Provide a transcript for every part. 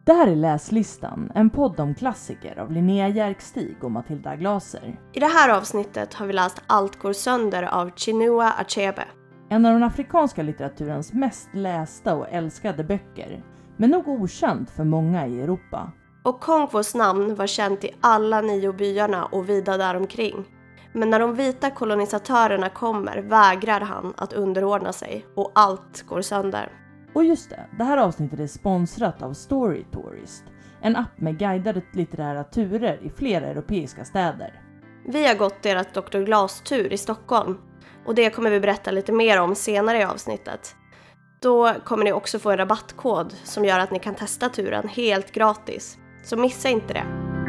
Det här är Läslistan, en podd om klassiker av Linnea Järkstig och Matilda Glaser. I det här avsnittet har vi läst Allt går sönder av Chinua Achebe. En av den afrikanska litteraturens mest lästa och älskade böcker, men nog okänd för många i Europa. Och Kongwos namn var känt i alla 9 byarna och vida däromkring. Men när de vita kolonisatörerna kommer vägrar han att underordna sig och allt går sönder. Och just det här avsnittet är sponsrat av Story Tourist, en app med guidade litterära turer i flera europeiska städer. Vi har gått deras Dr. Glas-tur i Stockholm och det kommer vi berätta lite mer om senare i avsnittet. Då kommer ni också få en rabattkod som gör att ni kan testa turen helt gratis. Så missa inte det.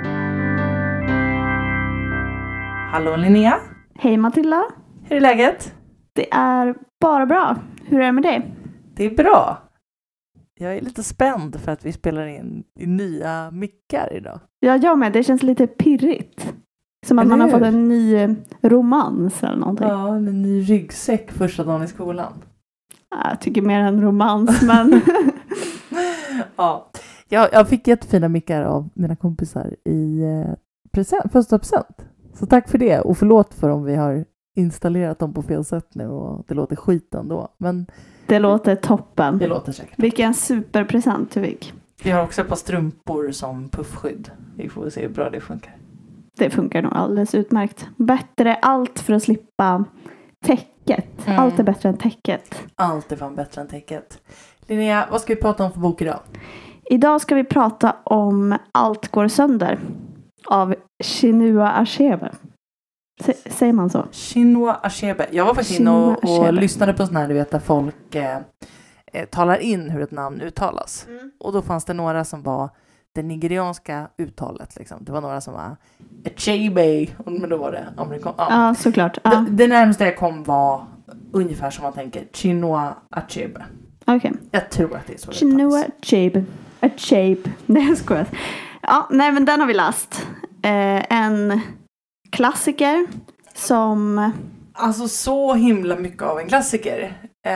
Hallå Linnea! Hej Matilda! Hur är läget? Det är bara bra. Hur är det med dig? Det är bra. Jag är lite spänd för att vi spelar in i nya mickar idag. Ja, jag med. Det känns lite pirrigt. Som att man har fått en ny romans eller någonting. Ja, en ny ryggsäck första dagen i skolan. Jag tycker mer en romans, men... Ja, jag fick jättefina mickar av mina kompisar i första present. Så tack för det och förlåt för om vi har installerat dem på fel sätt nu och det låter skit ändå. Men det låter toppen. Det låter säkert. Vilken superpresent du fick. Vi har också ett par strumpor som puffskydd. Vi får se hur bra det funkar. Det funkar nog alldeles utmärkt. Bättre allt för att slippa täcket. Allt är bättre än täcket. Allt är fan bättre än täcket. Linnea, vad ska vi prata om för bok idag? Idag ska vi prata om Allt går sönder av Chinua Achebe. Säger man så? Chinua Achebe. Jag var faktiskt inne och lyssnade på sådana här, du vet, där folk talar in hur ett namn uttalas. Och då fanns det några som var det nigerianska uttalet. Liksom. Det var några som var Achebe, men då var det amerikan. Ja, såklart. Ja. Det närmaste jag kom var ungefär som man tänker Chinua Achebe. Okej. Jag tror att det är så. Chinua Achebe. Nej, skojar. Ja, nej, men den har vi läst. En klassiker som... Alltså så himla mycket av en klassiker.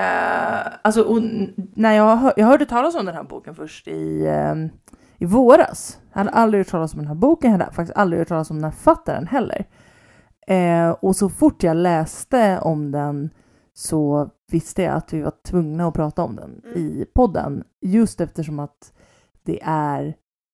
När jag hörde talas om den här boken först i våras. Jag hade aldrig hört talas om den här boken. Jag hade faktiskt aldrig hört talas om den här författaren heller. Och så fort jag läste om den så visste jag att vi var tvungna att prata om den i podden. Just eftersom att det är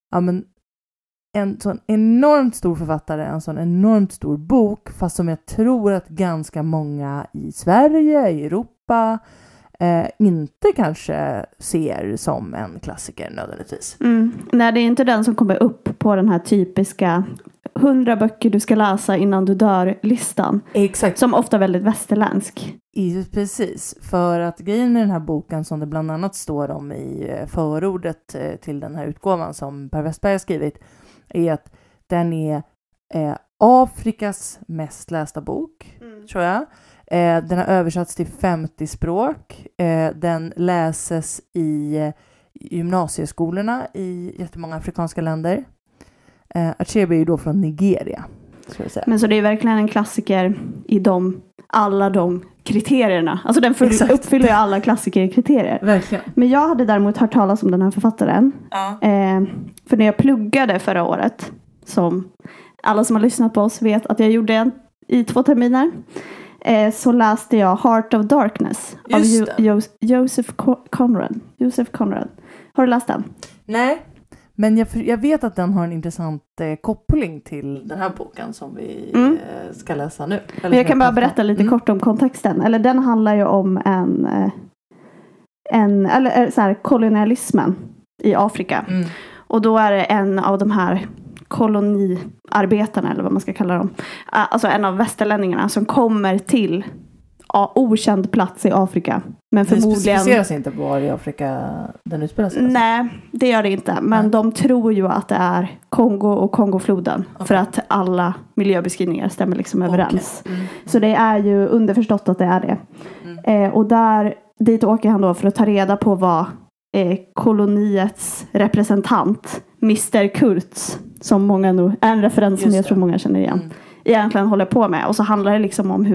en sån enormt stor författare, en sån enormt stor bok, fast som jag tror att ganska många i Sverige, i Europa inte kanske ser som en klassiker nödvändigtvis. Nej, det är inte den som kommer upp på den här typiska 100 böcker du ska läsa innan du dör-listan. Exakt. Som ofta är väldigt västerländsk. Precis, för att grejen med den här boken som det bland annat står om i förordet till den här utgåvan som Per Westberg har skrivit är att den är Afrikas mest lästa bok, tror jag. Den har översatts till 50 språk. Den läses i gymnasieskolorna i jättemånga afrikanska länder. Achebe är ju då från Nigeria, ska jag säga. Men så det är verkligen en klassiker i alla de kriterierna. Alltså den uppfyller ju alla klassikerkriterier. Verkligen. Men jag hade däremot hört talas om den här författaren. Ja. För när jag pluggade förra året, som alla som har lyssnat på oss vet att jag gjorde i 2 terminer, så läste jag Heart of Darkness av Joseph Conrad. Har du läst den? Nej, men jag vet att den har en intressant koppling till den här boken som vi ska läsa nu. Men jag kan bara berätta lite kort om kontexten. Eller den handlar ju om så här, kolonialismen i Afrika. Och då är det en av de här koloniarbetarna, eller vad man ska kalla dem. Alltså en av västerlänningarna som kommer till okänd plats i Afrika. Men förmodligen... Det specificeras inte var i Afrika den utspelar sig? Nej, det gör det inte. Men de tror ju att det är Kongo och Kongofloden. Okay. För att alla miljöbeskrivningar stämmer liksom överens. Så det är ju underförstått att det är det. Och dit åker han då för att ta reda på vad koloniets representant, Mr. Kurtz, som många nog är en referens som jag tror många känner igen, egentligen håller på med. Och så handlar det liksom om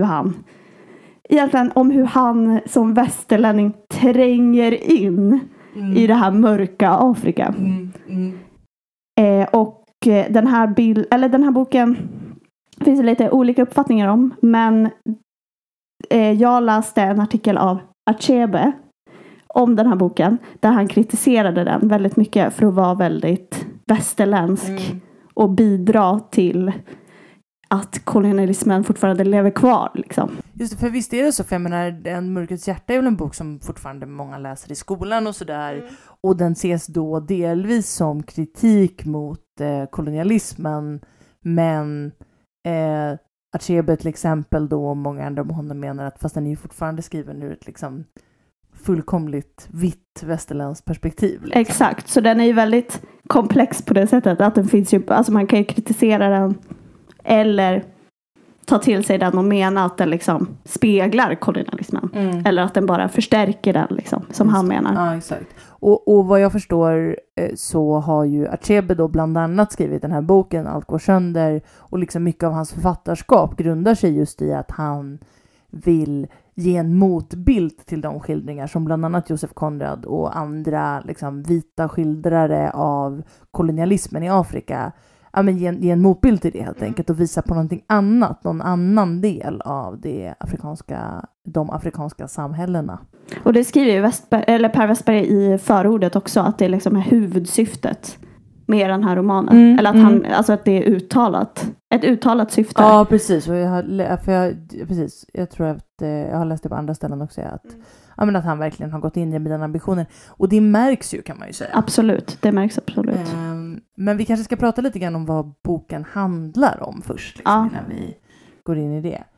hur han som västerlänning tränger in i det här mörka Afrika. Och den här boken finns det lite olika uppfattningar om. Men jag läste en artikel av Achebe om den här boken. Där han kritiserade den väldigt mycket för att vara väldigt västerländsk. Och bidra till att kolonialismen fortfarande lever kvar. Liksom. Just det, för visst är det så. För jag menar, En mörkrets hjärta är väl en bok som fortfarande många läser i skolan och sådär. Och den ses då delvis som kritik mot kolonialismen. Men Achebe till exempel då, och många andra med honom menar att fast den är ju fortfarande skriven ur ett liksom fullkomligt vitt västerländskt perspektiv. Liksom. Exakt, så den är ju väldigt komplex på det sättet att den finns ju, alltså man kan ju kritisera den eller ta till sig den och mena att den liksom speglar kolonialismen. Eller att den bara förstärker den liksom, som han menar. Ja, exakt. Och vad jag förstår så har ju Achebe då bland annat skrivit den här boken Allt går sönder, och liksom mycket av hans författarskap grundar sig just i att han vill ge en motbild till de skildringar som bland annat Joseph Conrad och andra liksom vita skildrare av kolonialismen i Afrika, ja, men ge en motbild till det helt enkelt och visa på någonting annat, någon annan del av de afrikanska samhällena. Och det skriver ju Per Westberg i förordet också, att det liksom är huvudsyftet med den här romanen. Eller att alltså att det är ett uttalat syfte. Ja, precis. Och jag tror att jag har läst det på andra ställen också, att han verkligen har gått in med den ambitionen. Och det märks ju, kan man ju säga. Absolut, det märks absolut. Men vi kanske ska prata lite grann om vad boken handlar om först, liksom, innan vi går in i det.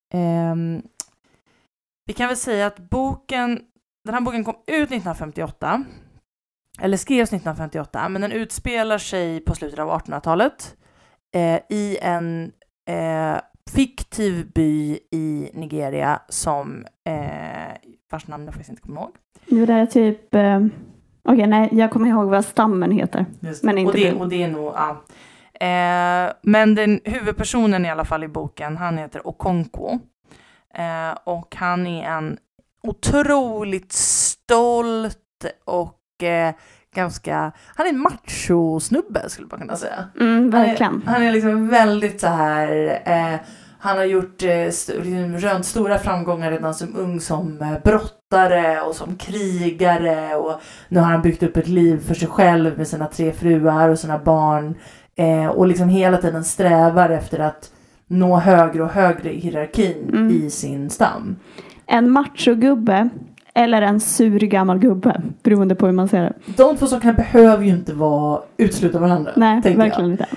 Vi kan väl säga att den här boken kom ut 1958. Eller skrevs 1958, men den utspelar sig på slutet av 1800-talet i en fiktiv by i Nigeria som vars namn jag faktiskt inte kommer ihåg. Nu är det typ jag kommer ihåg vad stammen heter. Men inte och det är nog men den huvudpersonen i alla fall i boken, han heter Okonkwo. Och han är en otroligt stolt och han är en macho-snubbe, skulle man kunna säga. Verkligen. Han är liksom väldigt så här, han har gjort rönt stora framgångar redan som ung, som brottare och som krigare, och nu har han byggt upp ett liv för sig själv med sina 3 fruar och sina barn, och liksom hela tiden strävar efter att nå högre och högre i hierarkin i sin stam. En machogubbe eller en sur gammal gubbe, beroende på hur man ser det. De två sakerna behöver ju inte utesluta varandra. Nej, verkligen inte.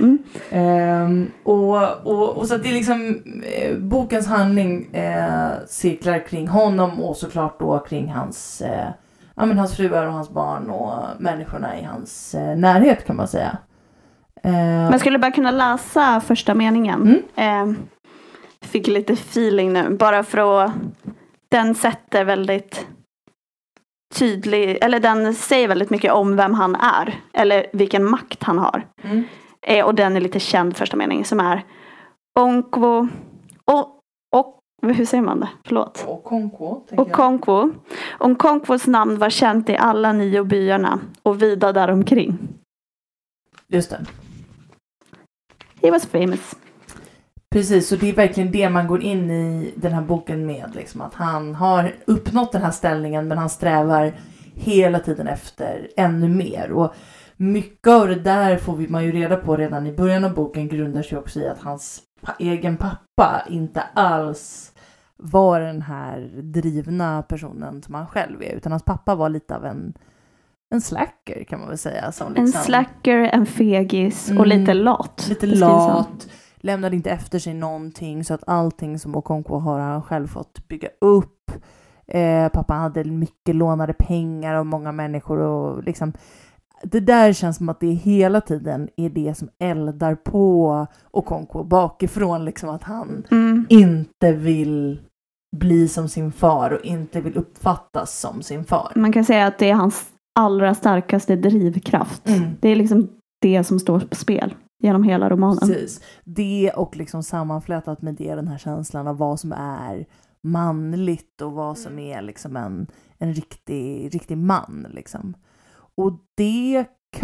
Och så att det är liksom bokens handling cirklar kring honom, och såklart då kring hans fruar och hans barn och människorna i hans närhet, kan man säga. Man skulle bara kunna läsa första meningen. Fick lite feeling nu, bara för att den sätter väldigt tydlig, eller den säger väldigt mycket om vem han är, eller vilken makt han har. Och den är lite känd, första meningen, som är Onkwo och hur säger man det? Förlåt. Okonkwo. Okonkwos namn var känt i alla 9 byarna och vida däromkring. Just det. He was famous. Precis, och det är verkligen det man går in i den här boken med. Liksom, att han har uppnått den här ställningen, men han strävar hela tiden efter ännu mer. Och mycket av det där får man ju reda på redan i början av boken, grundar sig också i att hans egen pappa inte alls var den här drivna personen som han själv är. Utan hans pappa var lite av en slacker, kan man väl säga. Som liksom, en slacker, en fegis och lite lat. Lite lat. Lämnade inte efter sig någonting, så att allting som Okonkwo har han själv fått bygga upp. Pappa hade mycket lånade pengar av många människor, och liksom det där känns som att det hela tiden är det som eldar på Okonkwo bakifrån, liksom att han inte vill bli som sin far och inte vill uppfattas som sin far. Man kan säga att det är hans allra starkaste drivkraft. Det är liksom det som står på spel genom hela romanen. Precis. Det, och liksom sammanflätat med det, den här känslan av vad som är manligt och vad som är liksom en riktig man liksom. Och det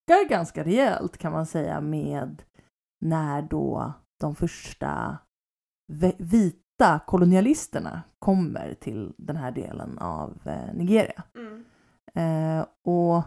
krockar ganska rejält kan man säga med när då de första vita kolonialisterna kommer till den här delen av Nigeria. Och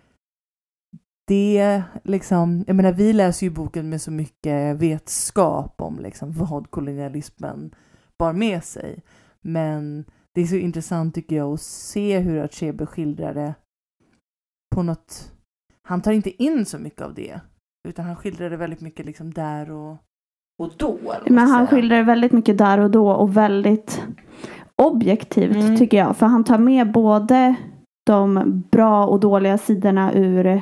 det liksom, jag menar, vi läser ju boken med så mycket vetskap om liksom vad kolonialismen bar med sig. Men det är så intressant tycker jag att se hur Achebe skildrar det på något. Han tar inte in så mycket av det, utan han skildrar det väldigt mycket liksom där och då. Men han skildrar det väldigt mycket där och då och väldigt objektivt tycker jag. För han tar med både de bra och dåliga sidorna ur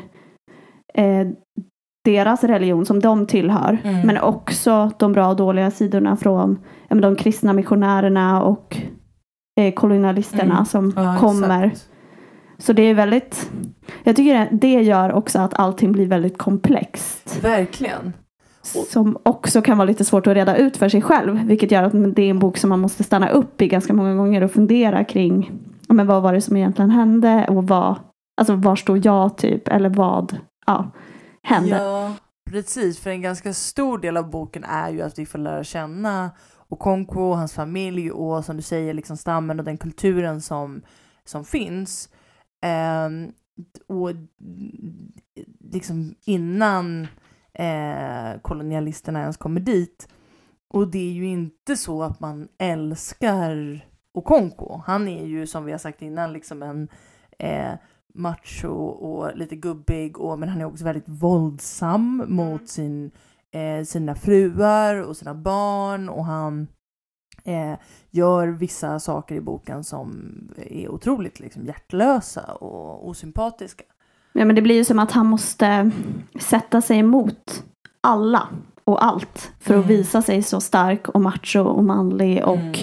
deras religion som de tillhör. Men också de bra och dåliga sidorna från de kristna missionärerna och kolonialisterna som kommer. Exakt. Så det är väldigt, jag tycker det gör också att allting blir väldigt komplext. Verkligen. Som också kan vara lite svårt att reda ut för sig själv. Vilket gör att det är en bok som man måste stanna upp i ganska många gånger och fundera kring. Men vad var det som egentligen hände? Och var stod jag typ? Eller vad hände? Ja, precis. För en ganska stor del av boken är ju att vi får lära känna Okonkwo och hans familj. Och som du säger, liksom stammen och den kulturen som finns. Och liksom innan kolonialisterna ens kommer dit. Och det är ju inte så att man älskar Okonkwo. Han är ju, som vi har sagt innan, liksom en macho och lite gubbig. Men han är också väldigt våldsam mot sina fruar och sina barn. Och han gör vissa saker i boken som är otroligt liksom hjärtlösa och osympatiska. Ja, men det blir ju som att han måste sätta sig emot alla och allt för att visa sig så stark och macho och manlig och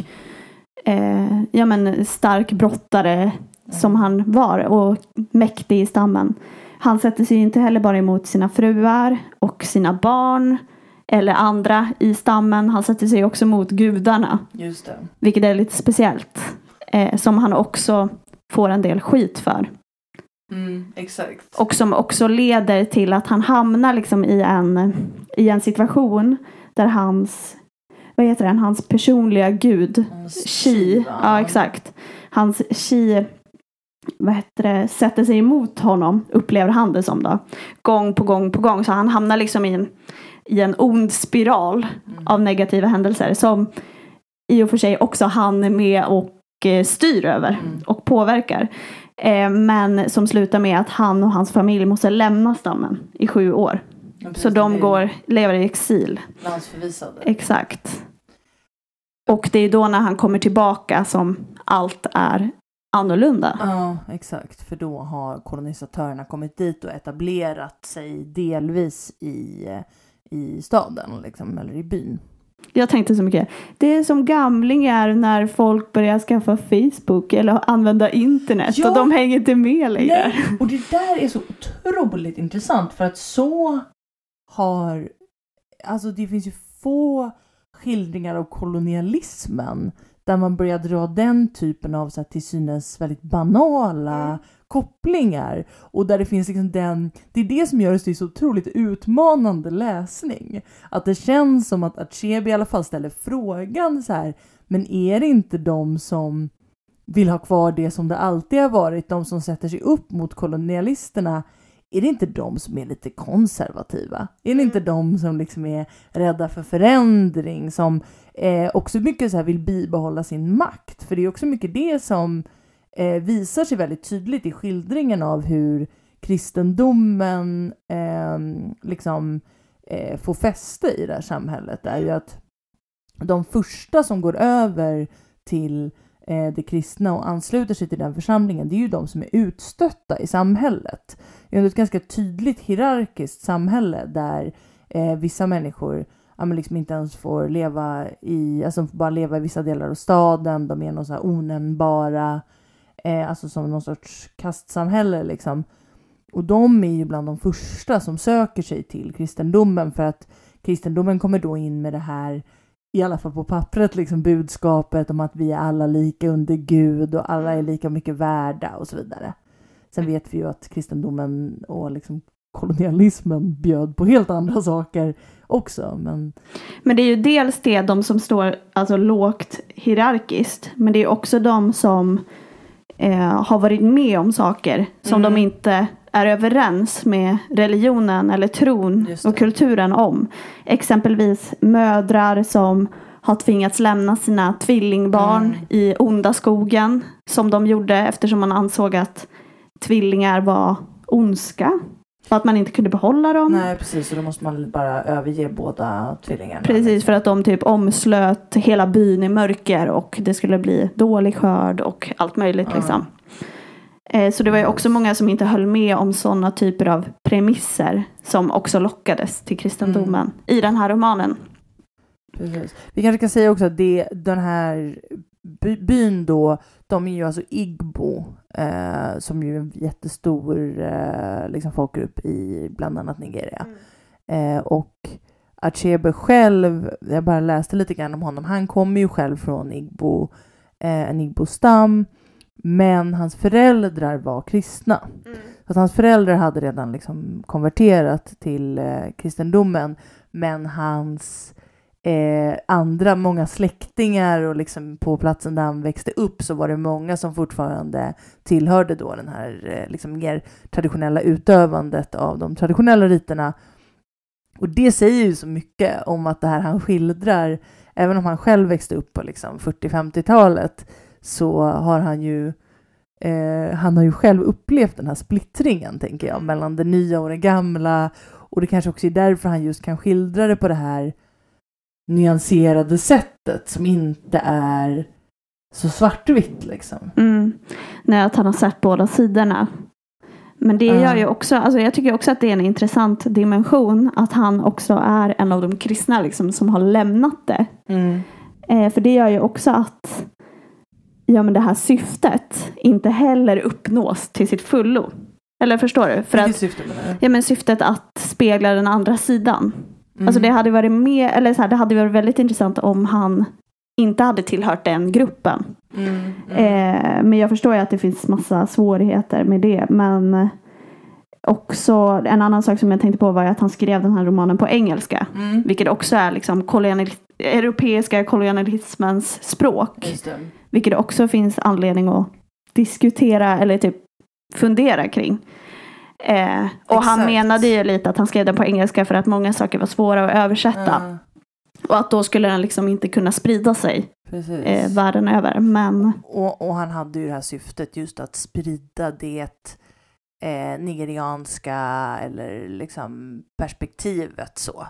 stark brottare som han var och mäktig i stammen. Han sätter sig inte heller bara emot sina fruar och sina barn eller andra i stammen. Han sätter sig också mot gudarna. Just det. Vilket är lite speciellt. Som han också får en del skit för. Exakt. Och som också leder till att han hamnar liksom i en situation där hans personliga gud Chi, ja exakt. Hans Chi sätter sig emot honom, upplever han det som då. Gång på gång. Så han hamnar liksom i en ond spiral av negativa händelser som i och för sig också han är med och styr över och påverkar. Men som slutar med att han och hans familj måste lämna stammen i 7 år. Så de lever i exil. Landsförvisade. Exakt. Och det är då när han kommer tillbaka som allt är annorlunda. Ja, exakt. För då har kolonisatörerna kommit dit och etablerat sig delvis i staden liksom, eller i byn. Jag tänkte så mycket. Det är som gamlingar när folk börjar skaffa Facebook eller använda internet. Ja, och de hänger inte med längre. Nej. Och det där är så otroligt intressant. För att det finns ju få skildringar av kolonialismen där man börjar dra den typen av så här, till synes väldigt banala kopplingar. Och där det finns liksom det är det som gör det till så otroligt utmanande läsning. Att det känns som att Achebe i alla fall ställer frågan så här, men är det inte de som vill ha kvar det som det alltid har varit, de som sätter sig upp mot kolonialisterna, är det inte de som är lite konservativa? Är det inte de som liksom är rädda för förändring, som också mycket så här vill bibehålla sin makt? För det är också mycket det som visar sig väldigt tydligt i skildringen av hur kristendomen får fäste i det här samhället. Det är ju att de första som går över till det kristna och ansluter sig till den församlingen, det är ju de som är utstötta i samhället. Det är ett ganska tydligt hierarkiskt samhälle där vissa människor liksom inte ens får leva får bara leva i vissa delar av staden. De är någon så här onämnbara, som någon sorts kastsamhälle liksom. Och de är ju bland de första som söker sig till kristendomen, för att kristendomen kommer då in med det här, i alla fall på pappret, liksom budskapet om att vi är alla lika under Gud och alla är lika mycket värda och så vidare. Sen vet vi ju att kristendomen och liksom kolonialismen bjöd på helt andra saker också. Men det är ju dels de som står alltså lågt hierarkiskt, men det är också de som har varit med om saker som de inte är överens med religionen eller tron och kulturen om. Exempelvis mödrar som har tvingats lämna sina tvillingbarn i onda skogen, som de gjorde eftersom man ansåg att tvillingar var ondska. Och att man inte kunde behålla dem. Nej, precis. Så då måste man bara överge båda tvillingarna. Precis, för att de typ omslöt hela byn i mörker. Och det skulle bli dålig skörd och allt möjligt liksom. Så det var ju också många som inte höll med om sådana typer av premisser. Som också lockades till kristendomen i den här romanen. Precis. Vi kanske kan säga också att den här byn då, de är ju alltså Igbo, som ju är en jättestor liksom folkgrupp i bland annat Nigeria. Och Achebe själv, jag bara läste lite grann om honom, han kommer ju själv från en Igbo-stam, men hans föräldrar var kristna. Så att hans föräldrar hade redan liksom konverterat till kristendomen, men hans många släktingar och liksom på platsen där han växte upp så var det många som fortfarande tillhörde då den här liksom mer traditionella utövandet av de traditionella riterna. Och det säger ju så mycket om att det här han skildrar, även om han själv växte upp på liksom 40-50-talet, så har han ju själv upplevt den här splittringen, tänker jag, mellan det nya och det gamla, och det kanske också är därför han just kan skildra det på det här nyanserade sättet som inte är så svartvitt liksom. Nej, att han har sett båda sidorna. Men det gör ju också, alltså jag tycker också att det är en intressant dimension att han också är en av de kristna liksom, som har lämnat det. För det gör ju också att men det här syftet inte heller uppnås till sitt fullo. Eller förstår du? För att, syftet att spegla den andra sidan. Alltså det hade varit mer, eller så här, det hade varit väldigt intressant om han inte hade tillhört den gruppen. Men jag förstår ju att det finns massa svårigheter med det. Men också en annan sak som jag tänkte på var att han skrev den här romanen på engelska. Vilket också är liksom europeiska kolonialismens språk. Vilket också finns anledning att diskutera eller typ fundera kring. Och han menade ju lite att han skrev den på engelska för att många saker var svåra att översätta. Och att då skulle den liksom inte kunna sprida sig världen över. Men... Och han hade ju det här syftet just att sprida det nigerianska eller liksom perspektivet så.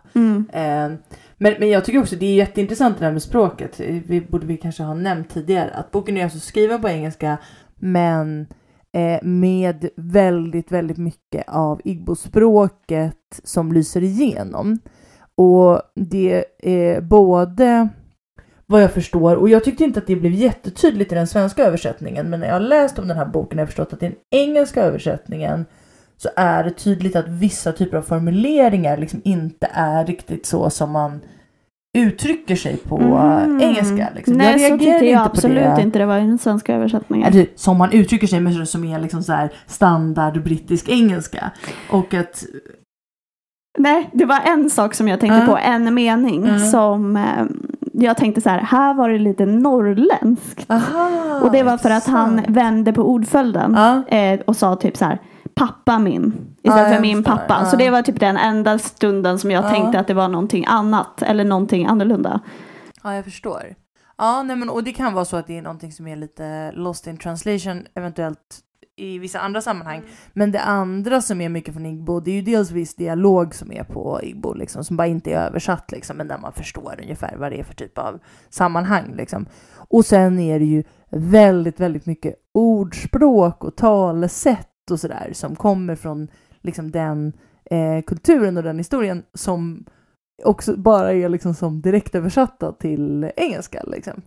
Men jag tycker också det är jätteintressant det här med språket. Vi kanske ha nämnt tidigare att boken är alltså skriven på engelska, men med väldigt, väldigt mycket av Igbo-språket som lyser igenom. Och det är både vad jag förstår, och jag tyckte inte att det blev jättetydligt i den svenska översättningen, men när jag har läst om den här boken har jag förstått att i den engelska översättningen så är det tydligt att vissa typer av formuleringar liksom inte är riktigt så som man uttrycker sig på engelska. Liksom. Nej, så tyckte jag absolut inte det var i den svenska översättningen. Alltså, som man uttrycker sig med som är liksom så här standard brittisk engelska. Och att... Nej, det var en sak som jag tänkte på, en mening som jag tänkte så här var det lite norrländskt. Aha, och det var för att han vände på ordföljden och sa typ så här, pappa min istället för min pappa. Så det var typ den enda stunden som jag tänkte att det var någonting annat eller någonting annorlunda. Ja, jag förstår. Ja, nej, men och det kan vara så att det är någonting som är lite lost in translation eventuellt i vissa andra sammanhang. Men det andra som är mycket från Igbo, det är ju dels viss dialog som är på Igbo liksom, som bara inte är översatt liksom, men där man förstår ungefär vad det är för typ av sammanhang liksom. Och sen är det ju väldigt, väldigt mycket ordspråk och talesätt och sådär som kommer från liksom den kulturen och den historien som också bara är liksom som direkt översatta till engelska liksom.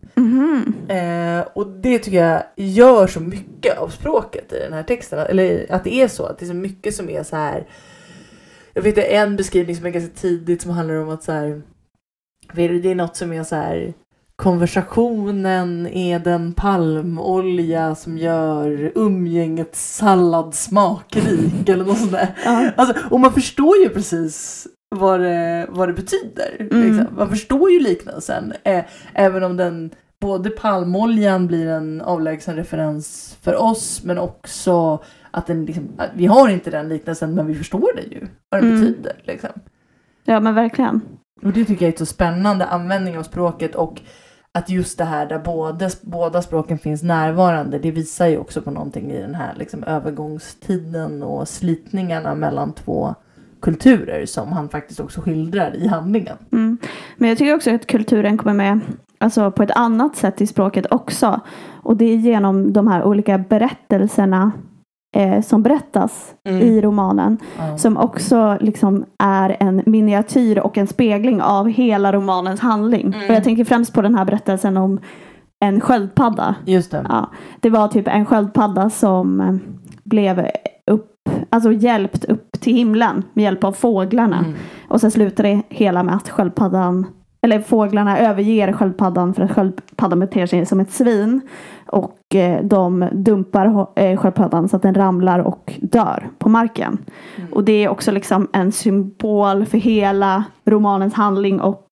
Och det tycker jag gör så mycket av språket i den här texten, eller att det är så att det är så mycket som är så här. Jag vet en beskrivning som är ganska tidigt som handlar om att så här, det är något som är så här konversationen är den palmolja som gör umgänget sallad smakrik eller något sånt där. Alltså, och man förstår ju precis vad det betyder. Liksom. Man förstår ju liknelsen. Även om både palmoljan blir en avlägsen referens för oss, men också att vi har inte den liknelsen, men vi förstår det ju. Vad det betyder. Liksom. Ja, men verkligen. Och det tycker jag är så spännande användning av språket, och att just det här där båda språken finns närvarande, det visar ju också på någonting i den här liksom övergångstiden och slitningarna mellan två kulturer som han faktiskt också skildrar i handlingen. Men jag tycker också att kulturen kommer med alltså på ett annat sätt i språket också, och det är genom de här olika berättelserna som berättas i romanen, som också liksom är en miniatyr och en spegling av hela romanens handling. Och jag tänker främst på den här berättelsen om en sköldpadda. Just det. Ja, det var typ en sköldpadda som blev hjälpt upp till himlen med hjälp av fåglarna. Och sen slutar det hela med att fåglarna överger sköldpaddan för att sköldpaddan beter sig som ett svin. Och de dumpar sköldpaddan så att den ramlar och dör på marken. Och det är också liksom en symbol för hela romanens handling och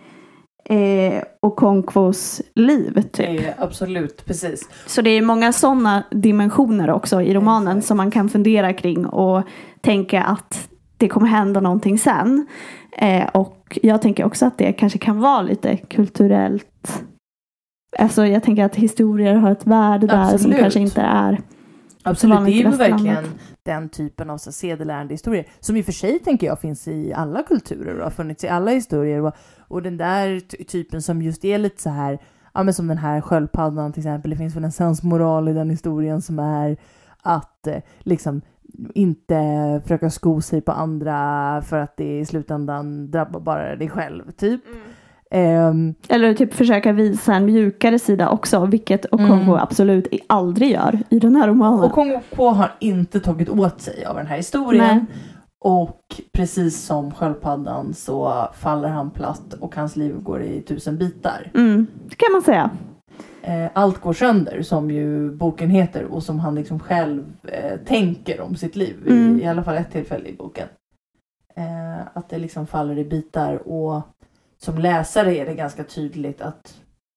Okonkvos liv typ. Absolut, precis. Så det är många sådana dimensioner också i romanen som man kan fundera kring och tänka att det kommer hända någonting sen. Och jag tänker också att det kanske kan vara lite kulturellt. Alltså jag tänker att historier har ett värde där som kanske inte är. Absolut, det är ju verkligen den typen av sedelärande historier som i och för sig tänker jag finns i alla kulturer och har funnits i alla historier, och den där typen som just är lite så här, ja, men som den här sköldpaddan till exempel. Det finns väl en sensmoral i den historien som är att liksom inte försöka sko sig på andra för att det i slutändan drabbar bara dig själv typ. Eller typ försöka visa en mjukare sida också, vilket Okonkwo absolut aldrig gör i den här romanen. Okonkwo har inte tagit åt sig av den här historien. Nej. Och precis som sköldpaddan så faller han platt och hans liv går i 1000 bitar. Det kan man säga. Allt går sönder, som ju boken heter, och som han liksom själv tänker om sitt liv i alla fall ett tillfälle i boken. Att det liksom faller i bitar, och som läsare är det ganska tydligt att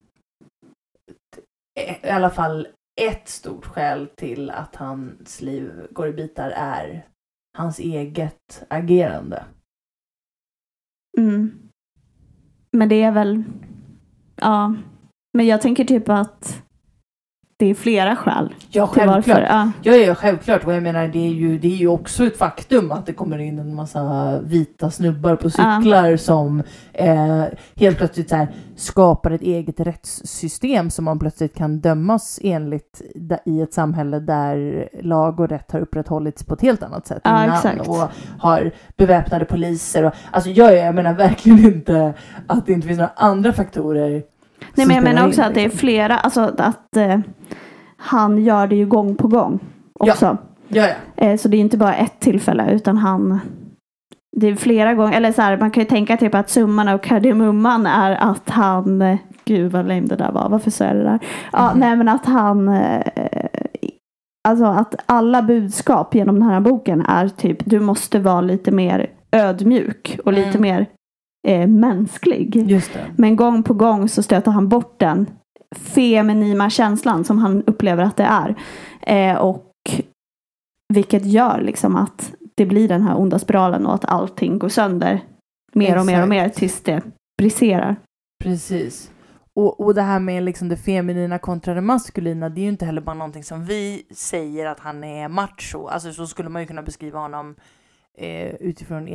i alla fall ett stort skäl till att hans liv går i bitar är hans eget agerande. Men det är väl, ja, men jag tänker typ att det är flera skäl. Ja, självklart. Ja, självklart. Och jag menar, det är ju också ett faktum att det kommer in en massa vita snubbar på cyklar som helt plötsligt så här, skapar ett eget rättssystem som man plötsligt kan dömas enligt i ett samhälle där lag och rätt har upprätthållits på ett helt annat sätt innan, exakt. Och har beväpnade poliser. Och, alltså, jag menar verkligen inte att det inte finns några andra faktorer. Nej, men jag menar också att det är flera, alltså att han gör det ju gång på gång också. Ja. Så det är inte bara ett tillfälle, utan det är flera gånger, eller så här, man kan ju tänka typ att summan av kardemumman är att han, gud vad lame det där var, varför sa jag det där? Ja, nej, men att han, alltså att alla budskap genom den här boken är typ, du måste vara lite mer ödmjuk och lite mer mänsklig. Just det. Men gång på gång så stöter han bort den feminina känslan som han upplever att det är. Och vilket gör liksom att det blir den här onda spiralen och att allting går sönder mer och mer och mer tills det briserar. Precis. Och det här med liksom det feminina kontra det maskulina, det är ju inte heller bara någonting som vi säger att han är macho. Alltså så skulle man ju kunna beskriva honom utifrån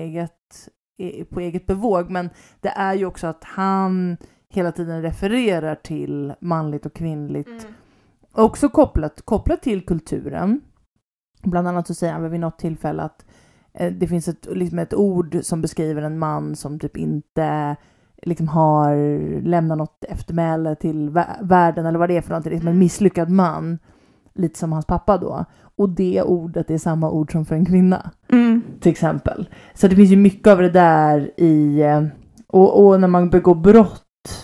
på eget bevåg, men det är ju också att han hela tiden refererar till manligt och kvinnligt. Också kopplat till kulturen. Bland annat så säger han vid något tillfälle att det finns ett ord som beskriver en man som typ inte liksom har lämnat något eftermäle till världen, eller vad det är för någonting, liksom en misslyckad man, lite som hans pappa då. Och det ordet är samma ord som för en kvinna. Till exempel. Så det finns ju mycket av det där i och när man begår brott,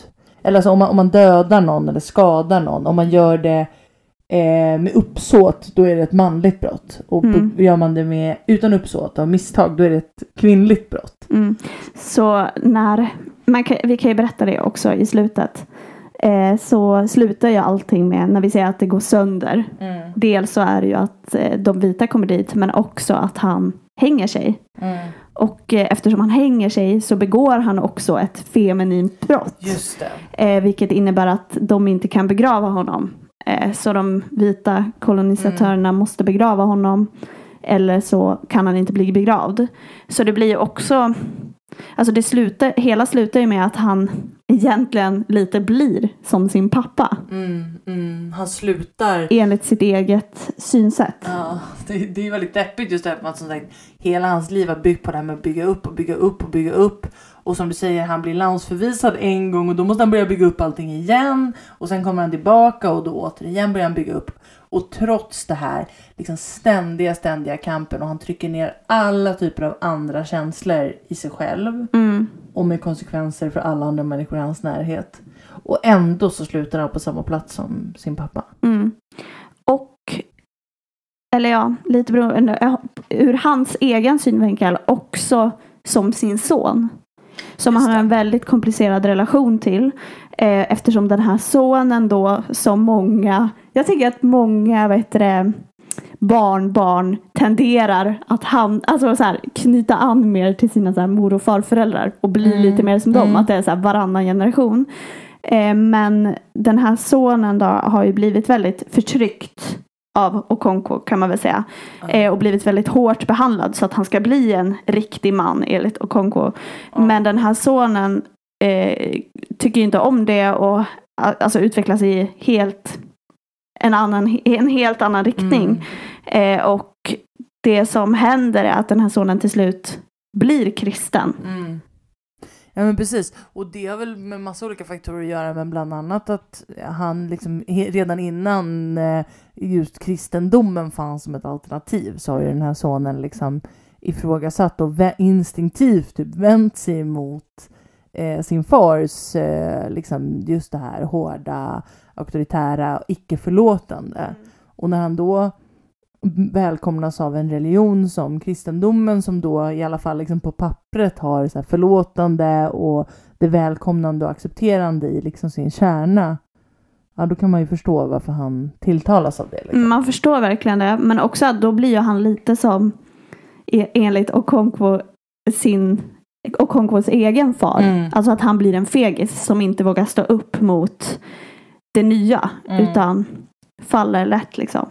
eller alltså om man dödar någon eller skadar någon, om man gör det med uppsåt, då är det ett manligt brott. Och gör man det utan uppsåt av misstag, då är det ett kvinnligt brott. Så vi kan ju berätta det också i slutet. Så slutar ju allting med, när vi säger att det går sönder. Dels så är det ju att de vita kommer dit, men också att han hänger sig. Och eftersom han hänger sig så begår han också ett feminint brott. Just det. Vilket innebär att de inte kan begrava honom. Så de vita kolonisatörerna måste begrava honom. Eller så kan han inte bli begravd. Så det blir ju också... Alltså hela slutar ju med att han egentligen lite blir som sin pappa. Han slutar... Enligt sitt eget synsätt. Ja, det är väldigt deppigt just det här, att som sagt, hela hans liv har byggt på det här med att bygga upp och bygga upp och bygga upp. Och som du säger, han blir landsförvisad en gång och då måste han börja bygga upp allting igen. Och sen kommer han tillbaka och då återigen börjar han bygga upp. Och trots det här liksom ständiga kampen, och han trycker ner alla typer av andra känslor i sig själv. Och med konsekvenser för alla andra människor i hans närhet. Och ändå så slutar han på samma plats som sin pappa. Och, eller ja, lite beroende, ur hans egen synvinkel också som sin son. Som han har en väldigt komplicerad relation till. Eftersom den här sonen då, som många... Jag tycker att många barn tenderar att alltså så här, knyta an mer till sina så här, mor- och farföräldrar. Och bli lite mer som dem. Att det är så här, varannan generation. Men den här sonen då har ju blivit väldigt förtryckt av Okonkwo, kan man väl säga. Och blivit väldigt hårt behandlad så att han ska bli en riktig man enligt Okonkwo. Men den här sonen tycker inte om det och alltså utvecklas i en helt annan riktning. Och det som händer är att den här sonen till slut blir kristen. Ja, men precis. Och det har väl med massa olika faktorer att göra, men bland annat att han liksom redan innan just kristendomen fanns som ett alternativ, så har ju den här sonen liksom ifrågasatt och instinktivt typ vänt sig mot sin fars liksom just det här hårda, auktoritära, icke-förlåtande. Och när han då välkomnas av en religion som kristendomen, som då i alla fall liksom på pappret har så här förlåtande och det välkomnande och accepterande i liksom sin kärna, ja, då kan man ju förstå varför han tilltalas av det. Liksom. Man förstår verkligen det, men också att då blir ju han lite som enligt Okonkwo's egen far. Alltså att han blir en fegis som inte vågar stå upp mot det nya, utan faller lätt liksom.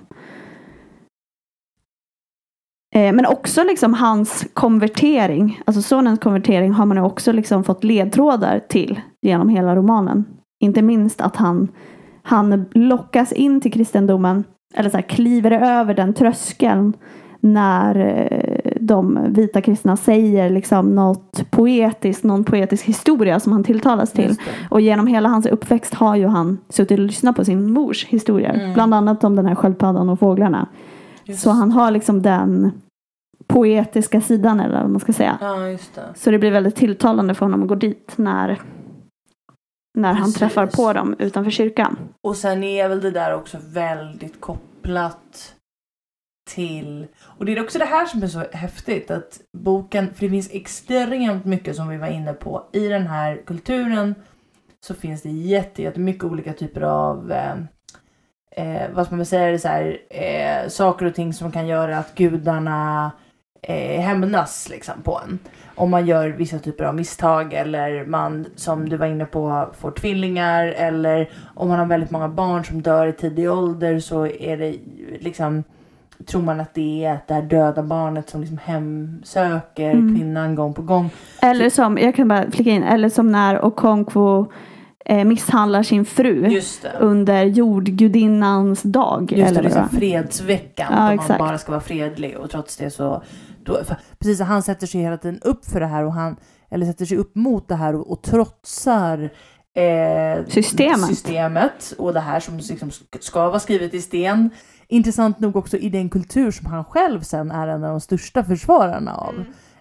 Men också liksom hans konvertering, alltså sonens konvertering, har man ju också liksom fått ledtrådar till genom hela romanen. Inte minst att han lockas in till kristendomen, eller så här, kliver över den tröskeln när de vita kristna säger liksom någon poetisk historia som han tilltalas till. Och genom hela hans uppväxt har ju han suttit och lyssnat på sin mors historier. Bland annat om den här sköldpaddan och fåglarna. Så han har liksom den poetiska sidan, eller vad man ska säga. Ja, just det. Så det blir väldigt tilltalande för honom att gå dit när han träffar på dem utanför kyrkan. Och sen är väl det där också väldigt kopplat till... Och det är också det här som är så häftigt, att boken, för det finns extremt mycket som vi var inne på i den här kulturen, så finns det jättemycket olika typer av vad ska man säga, det så här, saker och ting som kan göra att gudarna hämnas liksom på en. Om man gör vissa typer av misstag, eller man, som du var inne på, får tvillingar, eller om man har väldigt många barn som dör i tidig ålder, så är det liksom, tror man att det är det här döda barnet som liksom hemsöker kvinnan gång på gång. Eller som, jag kan bara flika in, eller som när Okonkwo misshandlar sin fru under jordgudinnans dag. Just eller det, liksom fredsveckan. Ja, om man bara ska vara fredlig, och trots det så... precis, han sätter sig hela tiden upp för det här, och eller sätter sig upp mot det här och trotsar systemet och det här som liksom ska vara skrivet i sten. Intressant nog också i den kultur som han själv sen är en av de största försvararna av.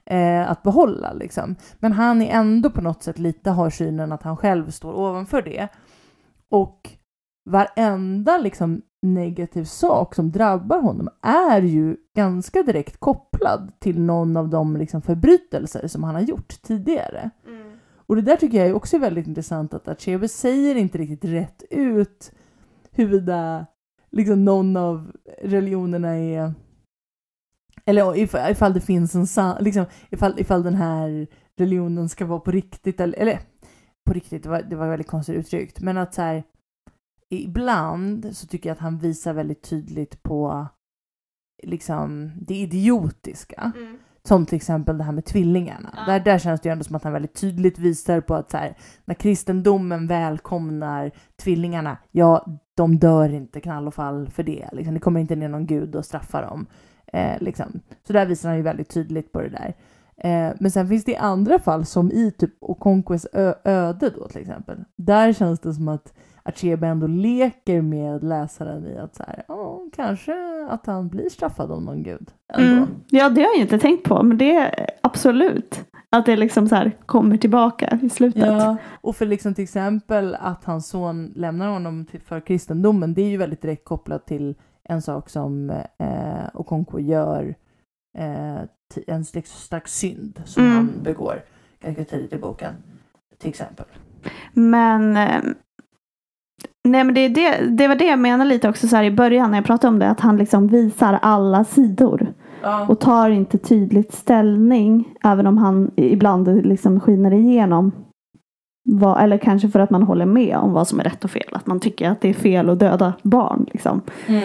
att behålla liksom. Men han är ändå på något sätt lite har synen att han själv står ovanför det. Och varenda liksom negativ sak som drabbar honom är ju ganska direkt kopplad till någon av de liksom förbrytelser som han har gjort tidigare. Och det där tycker jag också är väldigt intressant, att Achebe säger inte riktigt rätt ut huruvida liksom någon av religionerna är, eller ifall det finns en liksom, ifall den här religionen ska vara på riktigt, eller på riktigt, det var väldigt konstigt uttryckt, men att så här, ibland så tycker jag att han visar väldigt tydligt på liksom det idiotiska. Som till exempel det här med tvillingarna. Där känns det ju ändå som att han väldigt tydligt visar på att så här, när kristendomen välkomnar tvillingarna, ja, de dör inte knall och fall för det. Liksom. Det kommer inte ner någon gud och straffar dem. Liksom. Så där visar han ju väldigt tydligt på det där. Men sen finns det andra fall som i typ Okonkwo's öde då till exempel. Där känns det som att Achebe ändå leker med läsaren i att så här, kanske att han blir straffad av någon gud. Ja, det har jag inte tänkt på, men det är absolut att det liksom så här kommer tillbaka i slutet. Ja, och för liksom till exempel att hans son lämnar honom för kristendomen, det är ju väldigt direkt kopplat till en sak som Okonkwo gör, en slags synd som han begår ganska tidigt i boken, till exempel. Men nej, men det var det jag menade lite också så här i början när jag pratade om det, att han liksom visar alla sidor och tar inte tydligt ställning, även om han ibland liksom skiner igenom eller kanske för att man håller med om vad som är rätt och fel, att man tycker att det är fel att döda barn liksom.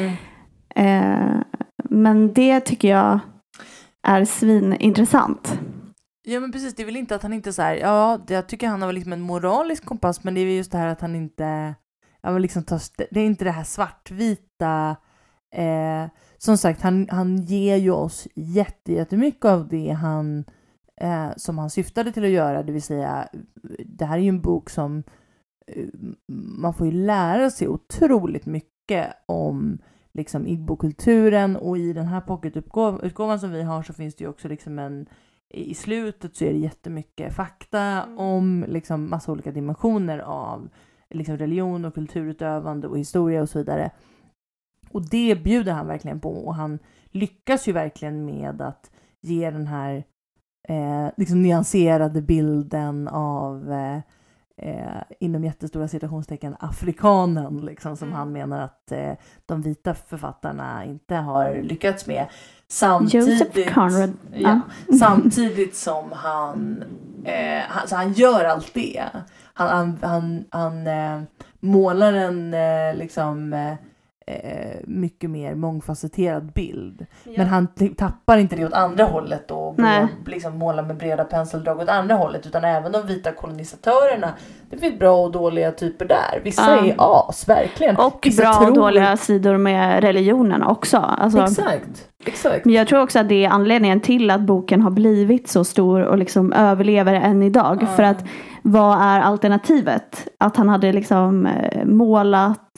Men det tycker jag är svinintressant. Ja, men precis, det är väl inte att han inte så här, ja, jag tycker han har liksom en moralisk kompass, men det är just det här att han inte, ja, men liksom det är inte det här svartvita, som sagt, han ger ju oss jättemycket av det han som han syftade till att göra, det vill säga, det här är ju en bok som man får ju lära sig otroligt mycket om liksom Igbo-kulturen, och i den här pocketutgåvan som vi har så finns det ju också liksom i slutet så är det jättemycket fakta om liksom massa olika dimensioner av liksom religion och kulturutövande och historia och så vidare. Och det bjuder han verkligen på, och han lyckas ju verkligen med att ge den här liksom nyanserade bilden av inom jättestora citationstecken afrikanen liksom, som han menar att de vita författarna inte har lyckats med. Samtidigt, samtidigt som han gör allt det. Han målar en liksom mycket mer mångfacetterad bild. Ja. Men han tappar inte det åt andra hållet och liksom målar med breda penseldrag åt andra hållet, utan även de vita kolonisatörerna, det finns bra och dåliga typer där. Vissa är verkligen. Och vissa bra och dåliga sidor med religionen också. Alltså, Exakt. Men jag tror också att det är anledningen till att boken har blivit så stor och liksom överlever än idag. För att vad är alternativet? Att han hade liksom målat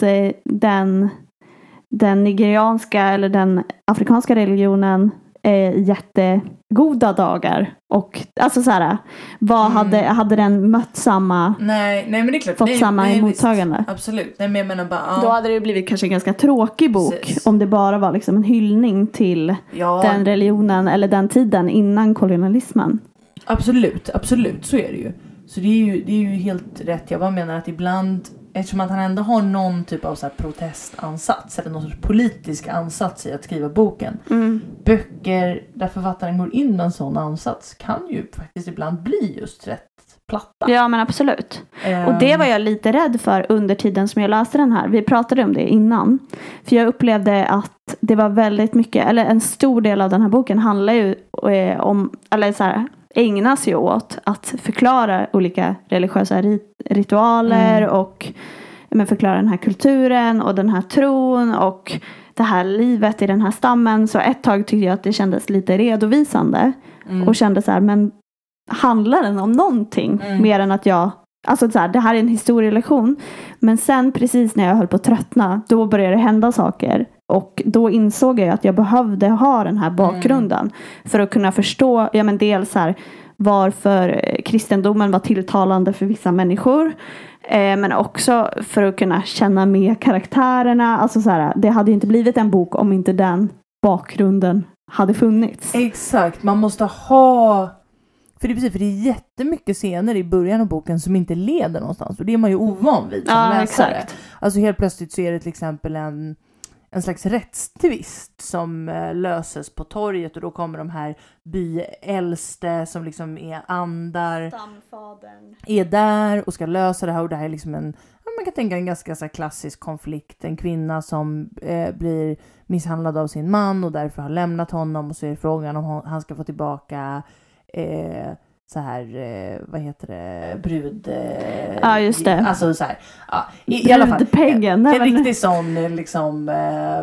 den nigerianska eller den afrikanska religionen jättegoda dagar, och alltså så här, vad hade den mött samma nej men det är klart, fått samma mottagande? Visst, absolut. Nej, men jag menar bara, då hade det blivit kanske en ganska tråkig bok om det bara var liksom en hyllning till den religionen eller den tiden innan kolonialismen. Absolut, så är det ju. Så det är ju helt rätt. Jag bara menar att ibland, eftersom att han ändå har någon typ av så här protestansats eller någon sorts politisk ansats i att skriva boken. Böcker där författaren går in med en sån ansats kan ju faktiskt ibland bli just rätt platta. Ja, men absolut. Och det var jag lite rädd för under tiden som jag läste den här. Vi pratade om det innan. För jag upplevde att det var väldigt mycket, eller en stor del av den här boken handlar ju om, eller så här, ägnas ju åt att förklara olika religiösa ritualer och förklara den här kulturen och den här tron och det här livet i den här stammen. Så ett tag tyckte jag att det kändes lite redovisande och kände så här, men handlar den om någonting mer än att alltså så här, det här är en historielektion. Men sen precis när jag höll på att tröttna, då började det hända saker. Och då insåg jag att jag behövde ha den här bakgrunden för att kunna förstå, dels här, varför kristendomen var tilltalande för vissa människor. Men också för att kunna känna med karaktärerna. Alltså så här, det hade inte blivit en bok om inte den bakgrunden hade funnits. Exakt, man måste ha... För det är jättemycket scener i början av boken som inte leder någonstans. Och det är man ju ovan vid som läsare. Exakt. Alltså helt plötsligt så är det till exempel en slags rättstvist som löses på torget. Och då kommer de här byäldste som liksom är andar. Stamfadern. Är där och ska lösa det här. Och det här är liksom man kan tänka en ganska så här klassisk konflikt. En kvinna som blir misshandlad av sin man och därför har lämnat honom. Och så är frågan om han ska få tillbaka... så här, vad heter det, brud... ja, just det. Alltså så här, ja, i alla fall. En riktig sån liksom